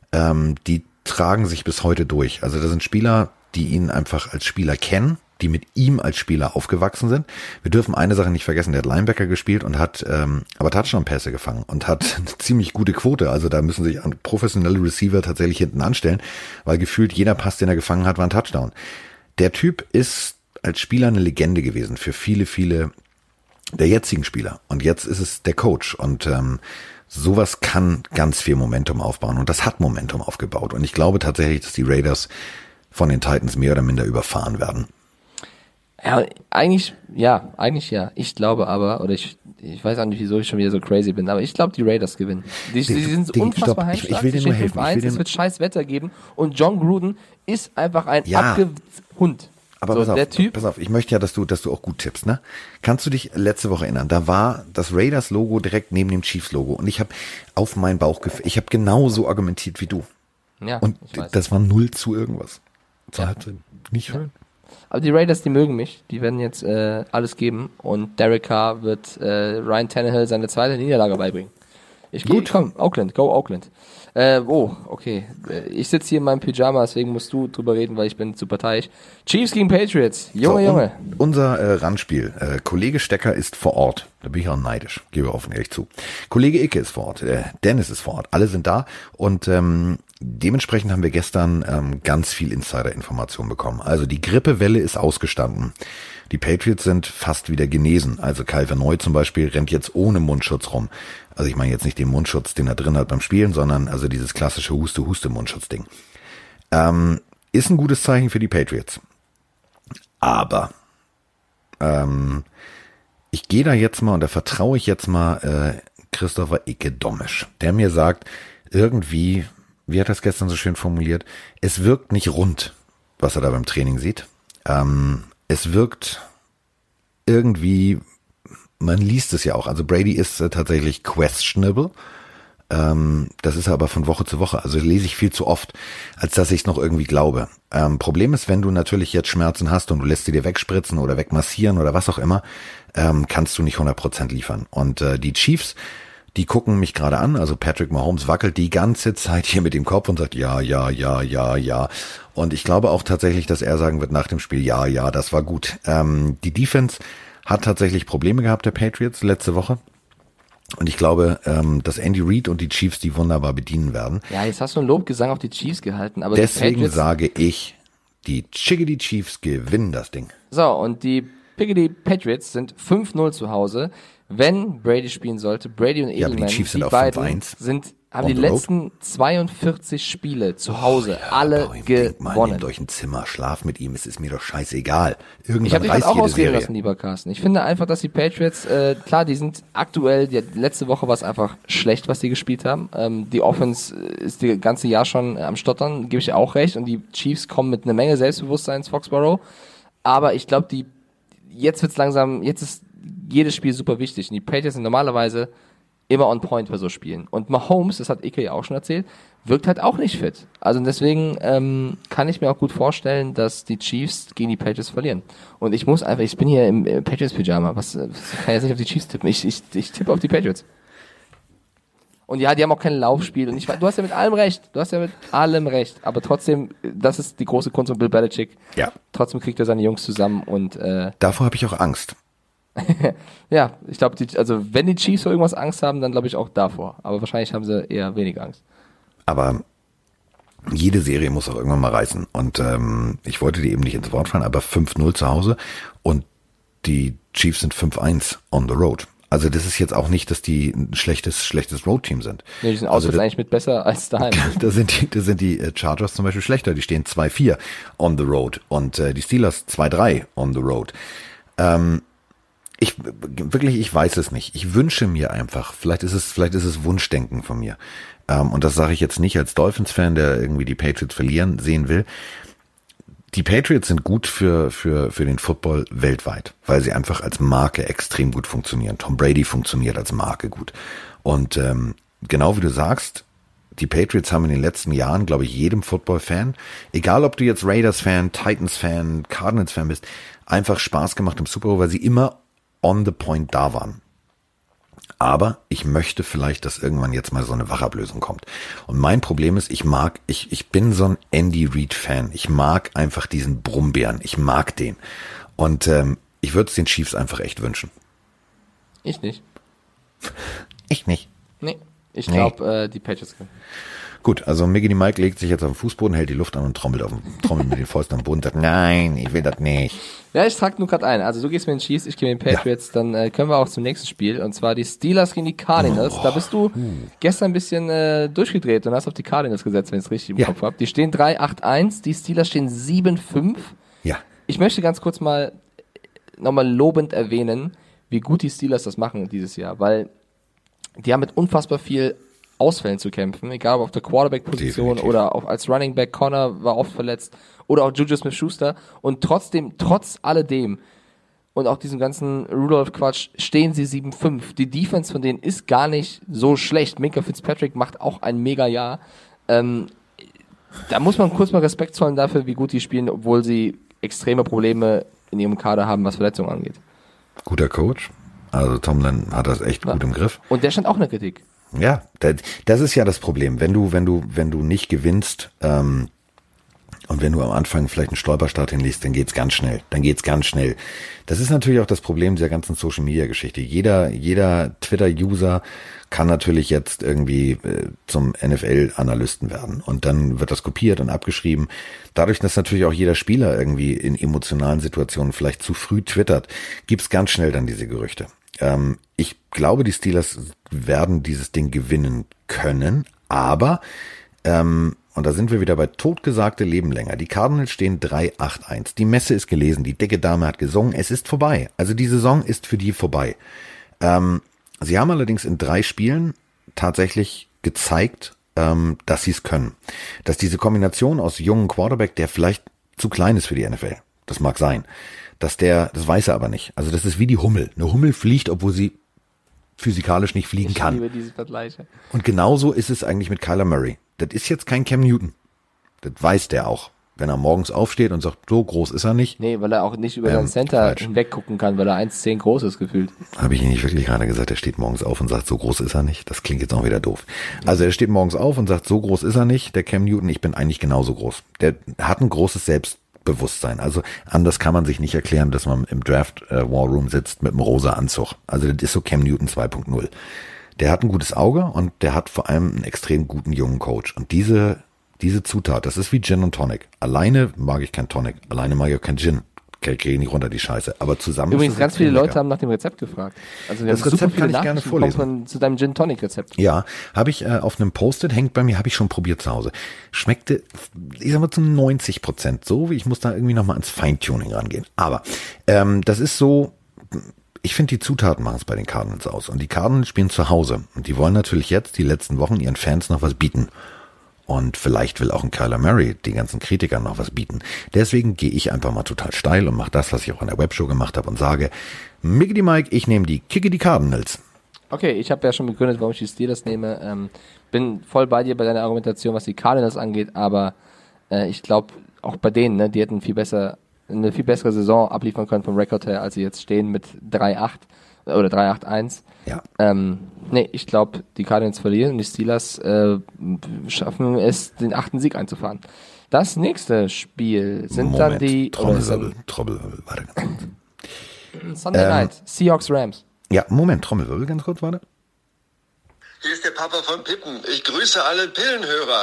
die tragen sich bis heute durch. Also das sind Spieler, die ihn einfach als Spieler kennen, die mit ihm als Spieler aufgewachsen sind. Wir dürfen eine Sache nicht vergessen, der hat Linebacker gespielt und hat aber Touchdown-Pässe gefangen und hat eine ziemlich gute Quote. Also da müssen sich professionelle Receiver tatsächlich hinten anstellen, weil gefühlt jeder Pass, den er gefangen hat, war ein Touchdown. Der Typ ist als Spieler eine Legende gewesen für viele, viele der jetzigen Spieler. Und jetzt ist es der Coach und sowas kann ganz viel Momentum aufbauen und das hat Momentum aufgebaut. Und ich glaube tatsächlich, dass die Raiders von den Titans mehr oder minder überfahren werden. Ja, eigentlich ja. Ich glaube aber, oder ich weiß auch nicht, wieso ich schon wieder so crazy bin, aber ich glaube, die Raiders gewinnen. Die sind unfassbar heimstark. Ich will dir nur helfen. Es wird scheiß Wetter geben und John Gruden ist einfach ein Hund. Aber so, pass auf, ich möchte ja, dass du auch gut tippst, ne? Kannst du dich letzte Woche erinnern? Da war das Raiders-Logo direkt neben dem Chiefs-Logo und ich habe auf mein Bauchgefühl, ich habe genauso argumentiert wie du. Ja, und das war 0 zu irgendwas. Zur Halbzeit. Nicht schön. Aber die Raiders, die mögen mich. Die werden jetzt alles geben. Und Derek Carr wird Ryan Tannehill seine zweite Niederlage beibringen. Komm, Oakland, go Oakland. Okay. Ich sitze hier in meinem Pyjama, deswegen musst du drüber reden, weil ich bin zu parteiisch. Chiefs gegen Patriots. Junge. Unser Randspiel. Kollege Stecker ist vor Ort. Da bin ich auch neidisch. Gebe offen ehrlich zu. Kollege Icke ist vor Ort. Dennis ist vor Ort. Alle sind da. Und dementsprechend haben wir gestern ganz viel Insider-Information bekommen. Also die Grippewelle ist ausgestanden. Die Patriots sind fast wieder genesen. Also Kyle Van Noy zum Beispiel rennt jetzt ohne Mundschutz rum. Also ich meine jetzt nicht den Mundschutz, den er drin hat beim Spielen, sondern also dieses klassische Huste-Mundschutzding. Ist ein gutes Zeichen für die Patriots. Aber ich gehe da jetzt mal und da vertraue ich jetzt mal Christopher Icke-Domisch, der mir sagt, irgendwie, wie hat er es gestern so schön formuliert, es wirkt nicht rund, was er da beim Training sieht. Es wirkt irgendwie, man liest es ja auch, also Brady ist tatsächlich questionable. Das ist aber von Woche zu Woche, also lese ich viel zu oft, als dass ich es noch irgendwie glaube. Problem ist, wenn du natürlich jetzt Schmerzen hast und du lässt sie dir wegspritzen oder wegmassieren oder was auch immer, kannst du nicht 100% liefern. Und die Chiefs Die gucken mich gerade an, also Patrick Mahomes wackelt die ganze Zeit hier mit dem Kopf und sagt ja, ja, ja, ja, ja. Und ich glaube auch tatsächlich, dass er sagen wird nach dem Spiel, ja, ja, das war gut. Die Defense hat tatsächlich Probleme gehabt, der Patriots, letzte Woche. Und ich glaube, dass Andy Reid und die Chiefs die wunderbar bedienen werden. Ja, jetzt hast du einen Lobgesang auf die Chiefs gehalten, aber deswegen die Patriots, sage ich, die Chickadee Chiefs gewinnen das Ding. So, und die Piggity Patriots sind 5-0 zu Hause. Wenn Brady spielen sollte, Brady und Edelman, Ja, aber die Chiefs sind die auf beiden 5-1. haben On die the road? letzten 42 Spiele zu Hause alle Mal gewonnen. nehmt euch ein Zimmer, schlaf mit ihm, es ist mir doch scheißegal. Ich Irgendwann habe dich halt reißt auch jede ausreden Serie. lassen, lieber Carsten. Ich finde einfach, dass die Patriots, klar, die sind aktuell, letzte Woche war es einfach schlecht, was die gespielt haben. Die Offense ist das ganze Jahr schon am Stottern, gebe ich dir auch recht. Und die Chiefs kommen mit einer Menge Selbstbewusstsein ins Foxborough. Aber ich glaube, jetzt ist jedes Spiel super wichtig. Und die Patriots sind normalerweise immer on point bei so Spielen. Und Mahomes, das hat Ike ja auch schon erzählt, wirkt halt auch nicht fit. Also deswegen kann ich mir auch gut vorstellen, dass die Chiefs gegen die Patriots verlieren. Und ich bin hier im Patriots-Pyjama. Was kann jetzt nicht auf die Chiefs tippen? Ich tippe auf die Patriots. Und ja, die haben auch kein Laufspiel. Und du hast ja mit allem recht. Aber trotzdem, das ist die große Kunst von Bill Belichick. Ja. Trotzdem kriegt er seine Jungs zusammen und Davor habe ich auch Angst. ja, ich glaube, also wenn die Chiefs vor irgendwas Angst haben, dann glaube ich auch davor. Aber wahrscheinlich haben sie eher weniger Angst. Aber jede Serie muss auch irgendwann mal reißen. Und ich wollte die eben nicht ins Wort fallen, aber 5-0 zu Hause und die Chiefs sind 5-1 on the road. Also das ist jetzt auch nicht, dass die ein schlechtes Road-Team sind. Nee, die sind auswärts eigentlich mit besser als daheim. Da sind die Chargers zum Beispiel schlechter. Die stehen 2-4 on the road und die Steelers 2-3 on the road. Ich weiß es nicht. Ich wünsche mir einfach, vielleicht ist es Wunschdenken von mir. Und das sage ich jetzt nicht als Dolphins-Fan, der irgendwie die Patriots verlieren sehen will. Die Patriots sind gut für den Football weltweit, weil sie einfach als Marke extrem gut funktionieren. Tom Brady funktioniert als Marke gut. Und genau wie du sagst, die Patriots haben in den letzten Jahren, glaube ich, jedem Football-Fan, egal ob du jetzt Raiders-Fan, Titans-Fan, Cardinals-Fan bist, einfach Spaß gemacht im Super Bowl, weil sie immer on the point da waren. Aber ich möchte vielleicht, dass irgendwann jetzt mal so eine Wachablösung kommt. Und mein Problem ist, ich bin so ein Andy Reid-Fan. Ich mag einfach diesen Brummbären. Ich mag den. Und ich würde es den Chiefs einfach echt wünschen. Ich nicht. Ich nicht. Nee. Ich glaube, die Patriots gewinnen. Gut, also Miggity Mike legt sich jetzt auf den Fußboden, hält die Luft an und trommelt mit den Fäusten am Boden und sagt, nein, ich will das nicht. Ja, ich trage nur gerade ein. Also du gehst mit den Chiefs, ich gehe mit den Patriots, dann können wir auch zum nächsten Spiel. Und zwar die Steelers gegen die Cardinals. Da bist du gestern ein bisschen durchgedreht und hast auf die Cardinals gesetzt, wenn ich es richtig im Kopf habe. Die stehen 3-8-1, die Steelers stehen 7-5. Ja. Ich möchte ganz kurz nochmal lobend erwähnen, wie gut die Steelers das machen dieses Jahr, weil die haben mit unfassbar viel Ausfällen zu kämpfen, egal ob auf der Quarterback-Position Definitiv. oder auch als Running Back. Connor war oft verletzt oder auch Juju Smith-Schuster und trotz alledem und auch diesem ganzen Rudolph-Quatsch stehen sie 7-5. Die Defense von denen ist gar nicht so schlecht. Minka Fitzpatrick macht auch ein Mega-Jahr. Da muss man kurz mal Respekt zollen dafür, wie gut die spielen, obwohl sie extreme Probleme in ihrem Kader haben, was Verletzungen angeht. Guter Coach. Also Tomlin hat das echt gut im Griff. Und der stand auch in der Kritik. Ja, das ist ja das Problem. Wenn du nicht gewinnst, und wenn du am Anfang vielleicht einen Stolperstart hinlegst, dann geht's ganz schnell. Das ist natürlich auch das Problem dieser ganzen Social Media Geschichte. Jeder Twitter-User kann natürlich jetzt irgendwie zum NFL-Analysten werden. Und dann wird das kopiert und abgeschrieben. Dadurch, dass natürlich auch jeder Spieler irgendwie in emotionalen Situationen vielleicht zu früh twittert, gibt's ganz schnell dann diese Gerüchte. Ich glaube, die Steelers werden dieses Ding gewinnen können, aber, und da sind wir wieder bei totgesagte Leben länger. Die Cardinals stehen 3-8-1. Die Messe ist gelesen, die dicke Dame hat gesungen, es ist vorbei. Also die Saison ist für die vorbei. Sie haben allerdings in 3 Spielen tatsächlich gezeigt, dass sie es können. Dass diese Kombination aus jungen Quarterback, der vielleicht zu klein ist für die NFL, das mag sein, das weiß er aber nicht. Also das ist wie die Hummel. Eine Hummel fliegt, obwohl sie physikalisch nicht fliegen kann. Ich liebe diese Vergleiche. Und genauso ist es eigentlich mit Kyler Murray. Das ist jetzt kein Cam Newton. Das weiß der auch. Wenn er morgens aufsteht und sagt, so groß ist er nicht. Nee, weil er auch nicht über seinen Center hinweg gucken kann, weil er 1,10 groß ist gefühlt. Habe ich nicht wirklich gerade gesagt, er steht morgens auf und sagt, so groß ist er nicht. Das klingt jetzt auch wieder doof. Also er steht morgens auf und sagt, so groß ist er nicht, der Cam Newton, ich bin eigentlich genauso groß. Der hat ein großes Selbstbewusstsein. Also anders kann man sich nicht erklären, dass man im Draft War Room sitzt mit einem rosa Anzug. Also das ist so Cam Newton 2.0. Der hat ein gutes Auge und der hat vor allem einen extrem guten jungen Coach. Und diese Zutat, das ist wie Gin und Tonic. Alleine mag ich kein Tonic, alleine mag ich auch kein Gin. Kriege ich nicht runter die Scheiße. Aber zusammen. Übrigens, ganz viele Leute haben nach dem Rezept gefragt. Also wir das haben Rezept super viele kann ich gerne vorlesen. Kommt zu deinem Gin Tonic Rezept. Ja, habe ich auf einem Post-it, hängt bei mir, habe ich schon probiert zu Hause. Schmeckte, ich sag mal, zu 90% so, wie ich muss da irgendwie nochmal ins Feintuning rangehen. Aber das ist so. Ich finde, die Zutaten machen es bei den Cardinals aus. Und die Cardinals spielen zu Hause. Und die wollen natürlich jetzt die letzten Wochen ihren Fans noch was bieten. Und vielleicht will auch ein Kyler Murray den ganzen Kritikern noch was bieten. Deswegen gehe ich einfach mal total steil und mache das, was ich auch in der Webshow gemacht habe und sage, Miggity Mike, ich nehme die Kicke die Cardinals. Okay, ich habe ja schon begründet, warum ich die Steelers nehme. Bin voll bei dir bei deiner Argumentation, was die Cardinals angeht, aber ich glaube, auch bei denen, ne, die hätten eine viel bessere Saison abliefern können vom Rekord her, als sie jetzt stehen mit 3-8 oder 3-8-1. Ja. Nee, ich glaube, die Cardinals verlieren und die Steelers schaffen es, den 8. Sieg einzufahren. Das nächste Spiel sind dann die Trommelwirbel, warte ganz kurz. Sunday Night, Seahawks Rams. Ja, Moment, Trommelwirbel, ganz kurz, warte. Hier ist der Papa von Pippen. Ich grüße alle Pillenhörer.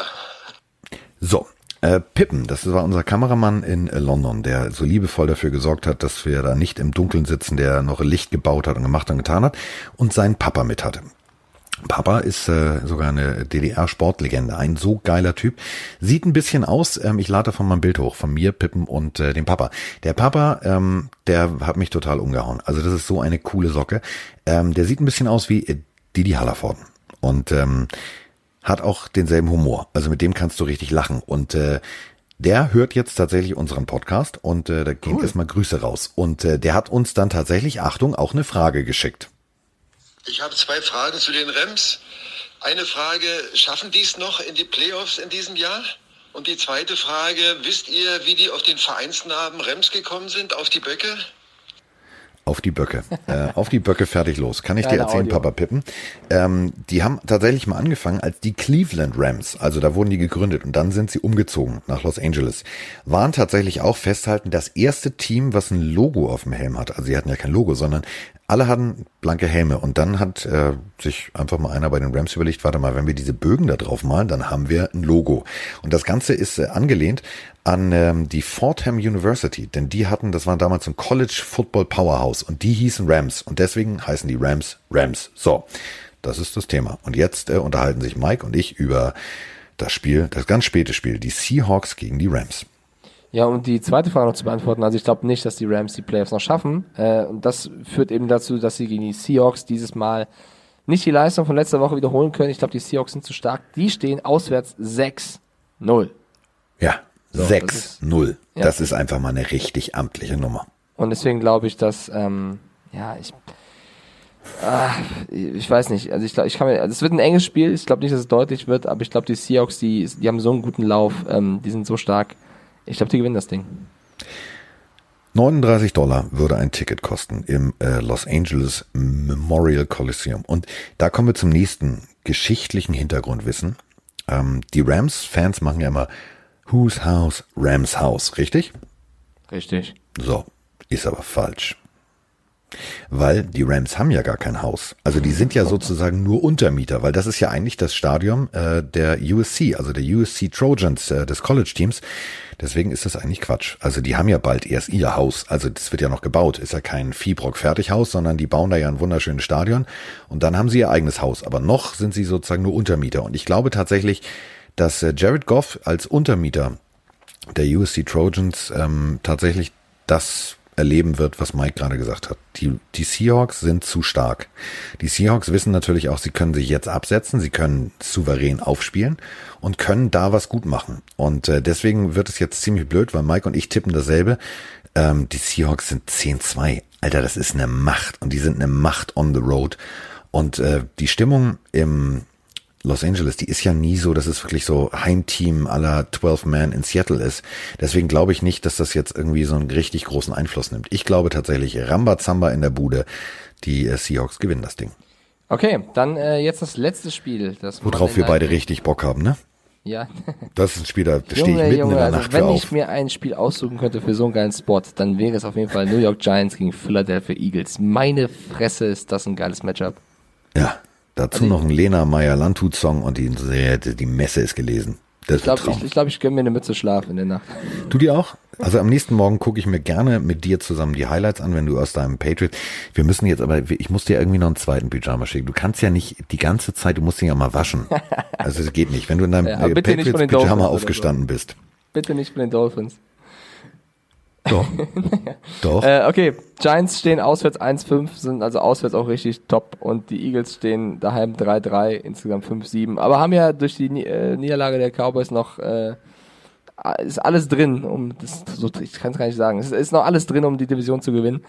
So, Pippen, das war unser Kameramann in London, der so liebevoll dafür gesorgt hat, dass wir da nicht im Dunkeln sitzen, der noch Licht gebaut hat und gemacht und getan hat und seinen Papa mit hatte. Papa ist sogar eine DDR-Sportlegende, ein so geiler Typ. Sieht ein bisschen aus, ich lade davon mal ein Bild hoch, von mir, Pippen und dem Papa. Der Papa, der hat mich total umgehauen. Also das ist so eine coole Socke. Der sieht ein bisschen aus wie Didi Hallervorden und hat auch denselben Humor. Also mit dem kannst du richtig lachen. Und der hört jetzt tatsächlich unseren Podcast und da gehen erstmal Grüße raus. Und der hat uns dann tatsächlich, Achtung, auch eine Frage geschickt. Ich habe 2 Fragen zu den Rams. Eine Frage, schaffen die es noch in die Playoffs in diesem Jahr? Und die zweite Frage, wisst ihr, wie die auf den Vereinsnamen Rams gekommen sind, auf die Böcke? Auf die Böcke. Auf die Böcke, fertig los. Kann ich dir erzählen, Audio. Papa Pippen? Die haben tatsächlich mal angefangen als die Cleveland Rams. Also da wurden die gegründet und dann sind sie umgezogen nach Los Angeles. Waren tatsächlich auch festhalten das erste Team, was ein Logo auf dem Helm hat. Also sie hatten ja kein Logo, sondern alle hatten blanke Helme. Und dann hat sich einfach mal einer bei den Rams überlegt, warte mal, wenn wir diese Bögen da drauf malen, dann haben wir ein Logo. Und das Ganze ist angelehnt an die Fordham University, denn die hatten, das war damals so ein College Football Powerhouse und die hießen Rams und deswegen heißen die Rams Rams. So, das ist das Thema. Und jetzt unterhalten sich Mike und ich über das Spiel, das ganz späte Spiel, die Seahawks gegen die Rams. Ja, und die zweite Frage noch zu beantworten, also ich glaube nicht, dass die Rams die Playoffs noch schaffen und das führt eben dazu, dass sie gegen die Seahawks dieses Mal nicht die Leistung von letzter Woche wiederholen können. Ich glaube, die Seahawks sind zu stark. Die stehen auswärts 6-0. Ja. So, 6-0. Ja. Das ist einfach mal eine richtig amtliche Nummer. Und deswegen glaube ich, dass, ich weiß nicht. Also es wird ein enges Spiel. Ich glaube nicht, dass es deutlich wird, aber ich glaube, die Seahawks, die haben so einen guten Lauf, die sind so stark. Ich glaube, die gewinnen das Ding. $39 würde ein Ticket kosten im Los Angeles Memorial Coliseum. Und da kommen wir zum nächsten geschichtlichen Hintergrundwissen. Die Rams-Fans machen ja immer Whose House? Rams House, richtig? Richtig. So, ist aber falsch. Weil die Rams haben ja gar kein Haus. Also die sind ja sozusagen nur Untermieter, weil das ist ja eigentlich das Stadion der USC, also der USC Trojans, des College-Teams. Deswegen ist das eigentlich Quatsch. Also die haben ja bald erst ihr Haus. Also das wird ja noch gebaut. Ist ja kein Viehbrock-Fertighaus, sondern die bauen da ja ein wunderschönes Stadion. Und dann haben sie ihr eigenes Haus. Aber noch sind sie sozusagen nur Untermieter. Und ich glaube tatsächlich, dass Jared Goff als Untermieter der USC Trojans tatsächlich das erleben wird, was Mike gerade gesagt hat. Die Seahawks sind zu stark. Die Seahawks wissen natürlich auch, sie können sich jetzt absetzen, sie können souverän aufspielen und können da was gut machen. Und deswegen wird es jetzt ziemlich blöd, weil Mike und ich tippen dasselbe. Die Seahawks sind 10-2. Alter, das ist eine Macht und die sind eine Macht on the road. Und die Stimmung im Los Angeles, die ist ja nie so, dass es wirklich so Heimteam aller 12 Man in Seattle ist. Deswegen glaube ich nicht, dass das jetzt irgendwie so einen richtig großen Einfluss nimmt. Ich glaube tatsächlich, Rambazamba in der Bude, die Seahawks gewinnen das Ding. Okay, dann jetzt das letzte Spiel. Worauf wir beide richtig Bock haben, ne? Ja. Das ist ein Spiel, da stehe ich mitten in der Nacht für wenn auf. ich mir ein Spiel aussuchen könnte für so einen geilen Spot, dann wäre es auf jeden Fall New York Giants gegen Philadelphia Eagles. Meine Fresse, ist das ein geiles Matchup. Ja, dazu noch ein Lena Meyer-Landrut-Song und die Messe ist gelesen. Das ich glaube, ich gönne mir eine Mütze Schlaf in der Nacht. Du dir auch? Also am nächsten Morgen gucke ich mir gerne mit dir zusammen die Highlights an, wenn du aus deinem Patriot. Wir müssen jetzt aber, ich muss dir irgendwie noch einen zweiten Pyjama schicken. Du kannst ja nicht die ganze Zeit, du musst ihn ja mal waschen. Also es geht nicht, wenn du in deinem Patriots-Pyjama aufgestanden bist. Bitte nicht von den Dolphins. Doch. Doch. Okay, Giants stehen auswärts 1-5, sind also auswärts auch richtig top und die Eagles stehen daheim 3-3, insgesamt 5-7, aber haben ja durch die Niederlage der Cowboys noch, ist alles drin, ich kann es gar nicht sagen, es ist noch alles drin, um die Division zu gewinnen.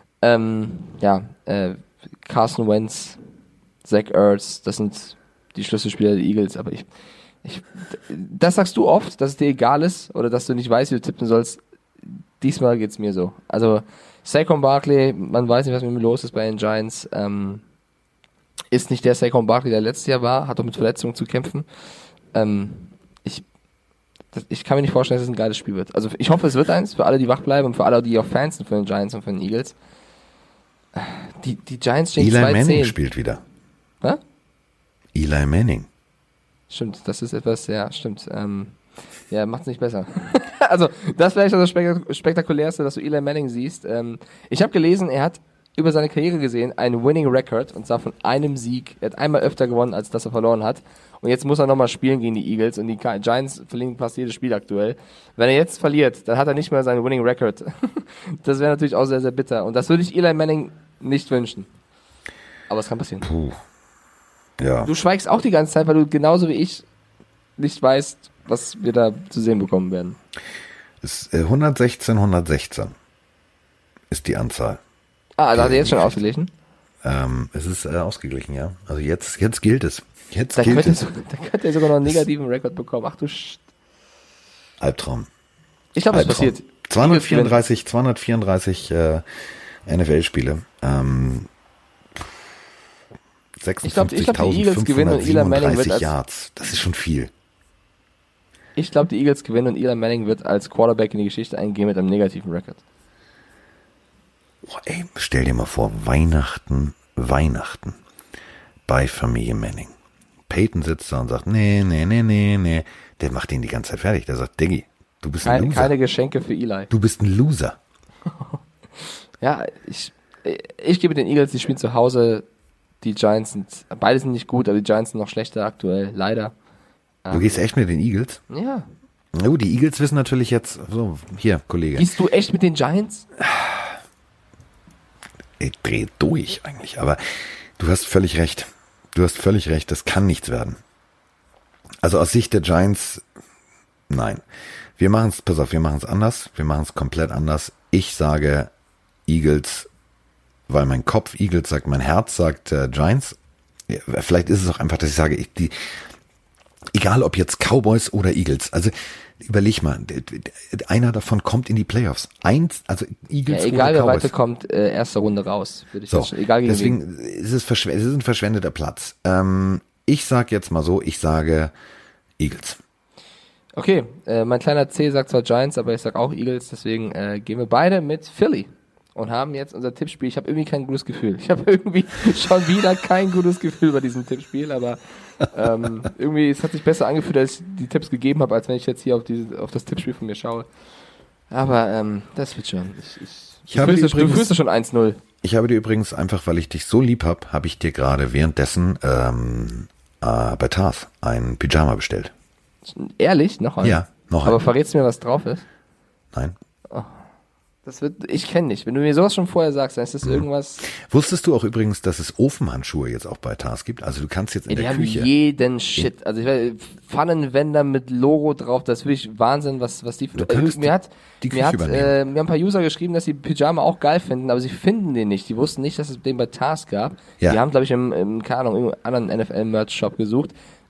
Carson Wentz, Zach Ertz, das sind die Schlüsselspieler der Eagles, aber das sagst du oft, dass es dir egal ist oder dass du nicht weißt, wie du tippen sollst. Diesmal geht's mir so. Also Saquon Barkley, man weiß nicht, was mit ihm los ist bei den Giants. Ist nicht der Saquon Barkley, der letztes Jahr war, hat auch mit Verletzungen zu kämpfen. Ich kann mir nicht vorstellen, dass es ein geiles Spiel wird. Also ich hoffe, es wird eins, für alle, die wach bleiben und für alle, die auch Fans sind von den Giants und von den Eagles. Die Giants stehen 2-10. Eli Manning spielt wieder. Was? Eli Manning. Stimmt, das ist etwas, ja, stimmt. Macht's nicht besser. Also, das ist vielleicht das Spektakulärste, dass du Eli Manning siehst. Ich habe gelesen, er hat über seine Karriere gesehen einen Winning Record, und zwar von einem Sieg. Er hat einmal öfter gewonnen, als dass er verloren hat. Und jetzt muss er nochmal spielen gegen die Eagles, und die Giants verlieren fast jedes Spiel aktuell. Wenn er jetzt verliert, dann hat er nicht mehr seinen Winning Record. Das wäre natürlich auch sehr, sehr bitter. Und das würde ich Eli Manning nicht wünschen. Aber es kann passieren. Puh. Ja. Du schweigst auch die ganze Zeit, weil du genauso wie ich nicht weißt, was wir da zu sehen bekommen werden. 116 ist die Anzahl. Da hat er jetzt schon ausgeglichen? Es ist ausgeglichen, ja. Also jetzt gilt es. Da könnte er sogar noch einen negativen Rekord bekommen. Ach du Albtraum. Ich glaube, es passiert. 234 NFL-Spiele. 56.537 ich glaub, die Eagles gewinnen und Eli Manning wird Yards. Das ist schon viel. Ich glaube, die Eagles gewinnen und Eli Manning wird als Quarterback in die Geschichte eingehen mit einem negativen Rekord. Oh, ey, stell dir mal vor, Weihnachten bei Familie Manning. Peyton sitzt da und sagt, nee. Der macht ihn die ganze Zeit fertig. Der sagt, Diggi, du bist ein Loser. Keine Geschenke für Eli. Du bist ein Loser. Ja, ich gebe den Eagles, die spielen zu Hause. Die Giants beide sind nicht gut, aber die Giants sind noch schlechter aktuell, leider. Du gehst echt mit den Eagles? Ja. Na gut, die Eagles wissen natürlich jetzt, so, hier, Kollege. Gehst du echt mit den Giants? Ich drehe durch eigentlich, aber du hast völlig recht. Das kann nichts werden. Also aus Sicht der Giants, nein. Wir machen es anders. Wir machen es komplett anders. Ich sage Eagles, weil mein Kopf Eagles sagt, mein Herz sagt Giants. Ja, vielleicht ist es auch einfach, dass ich sage, egal ob jetzt Cowboys oder Eagles, also überleg mal, einer davon kommt in die Playoffs. Also Eagles egal oder wer Cowboys. weiterkommt, erste Runde raus. Würde ich So, schon, egal gegen deswegen ist es ein verschwendeter Platz. Ich sage jetzt mal so, ich sage Eagles. Okay, mein kleiner C sagt zwar Giants, aber ich sag auch Eagles, deswegen gehen wir beide mit Philly und haben jetzt unser Tippspiel. Ich habe irgendwie kein gutes Gefühl. Ich habe irgendwie schon wieder kein gutes Gefühl bei diesem Tippspiel, aber irgendwie, es hat sich besser angefühlt, als ich die Tipps gegeben habe, als wenn ich jetzt hier auf das Tippspiel von mir schaue. Aber das wird schon. Du fühlst schon 1-0. Ich habe dir übrigens einfach, weil ich dich so lieb habe ich dir gerade währenddessen bei Tars ein Pyjama bestellt. Ehrlich? Noch ein? Ja, noch ein. Aber verrätst du mir, was drauf ist? Nein. Ich kenne nicht. Wenn du mir sowas schon vorher sagst, dann ist das irgendwas. Wusstest du auch übrigens, dass es Ofenhandschuhe jetzt auch bei Tars gibt? Also du kannst jetzt in der Küche. Die haben jeden Shit. Also ich weiß, Pfannenwender mit Logo drauf, das ist wirklich Wahnsinn, was die. Mir haben ein paar User geschrieben, dass sie Pyjama auch geil finden, aber sie finden den nicht. Die wussten nicht, dass es den bei Tars gab. Ja. Die haben, glaube ich, im anderen NFL-Merch-Shop gesucht.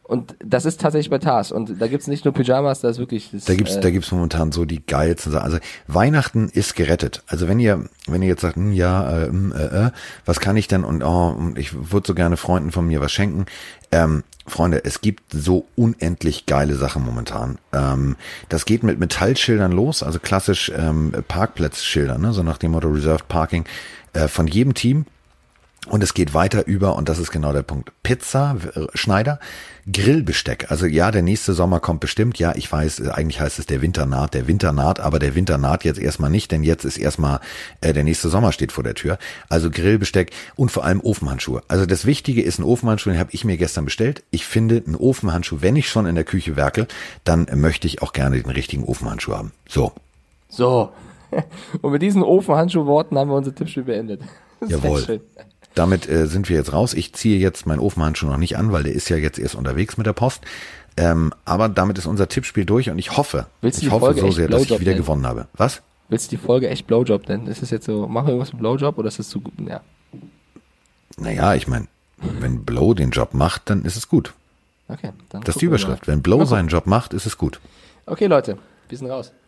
Und das ist tatsächlich bei Tars. Und da gibt's nicht nur Pyjamas, da ist wirklich... Da gibt's momentan so die geilsten Sachen. Also Weihnachten ist gerettet. Also wenn ihr jetzt sagt, was kann ich denn und ich würde so gerne Freunden von mir was schenken. Freunde, es gibt so unendlich geile Sachen momentan. Das geht mit Metallschildern los, also klassisch Parkplatzschilder, ne? So nach dem Motto Reserved Parking von jedem Team. Und es geht weiter über, und das ist genau der Punkt, Pizza, Schneider, Grillbesteck. Also ja, der nächste Sommer kommt bestimmt. Ja, ich weiß, eigentlich heißt es der Winter naht, aber der Winter naht jetzt erstmal nicht, denn jetzt ist erstmal, der nächste Sommer steht vor der Tür. Also Grillbesteck und vor allem Ofenhandschuhe. Also das Wichtige ist ein Ofenhandschuh, den habe ich mir gestern bestellt. Ich finde, einen Ofenhandschuh, wenn ich schon in der Küche werkel, dann möchte ich auch gerne den richtigen Ofenhandschuh haben. So. Und mit diesen Ofenhandschuhworten haben wir unser Tippspiel beendet. Jawohl. Damit sind wir jetzt raus. Ich ziehe jetzt meinen Ofenhandschuh noch nicht an, weil der ist ja jetzt erst unterwegs mit der Post. Aber damit ist unser Tippspiel durch und ich hoffe so sehr, dass ich wieder gewonnen habe. Was? Willst du die Folge echt Blowjob nennen? Ist es jetzt so, machen wir irgendwas mit Blowjob oder ist es zu gut? Ja. Naja, ich meine, wenn Blow den Job macht, dann ist es gut. Okay. Dann das ist die Überschrift. Wenn Blow seinen Job macht, ist es gut. Okay, Leute, wir sind raus.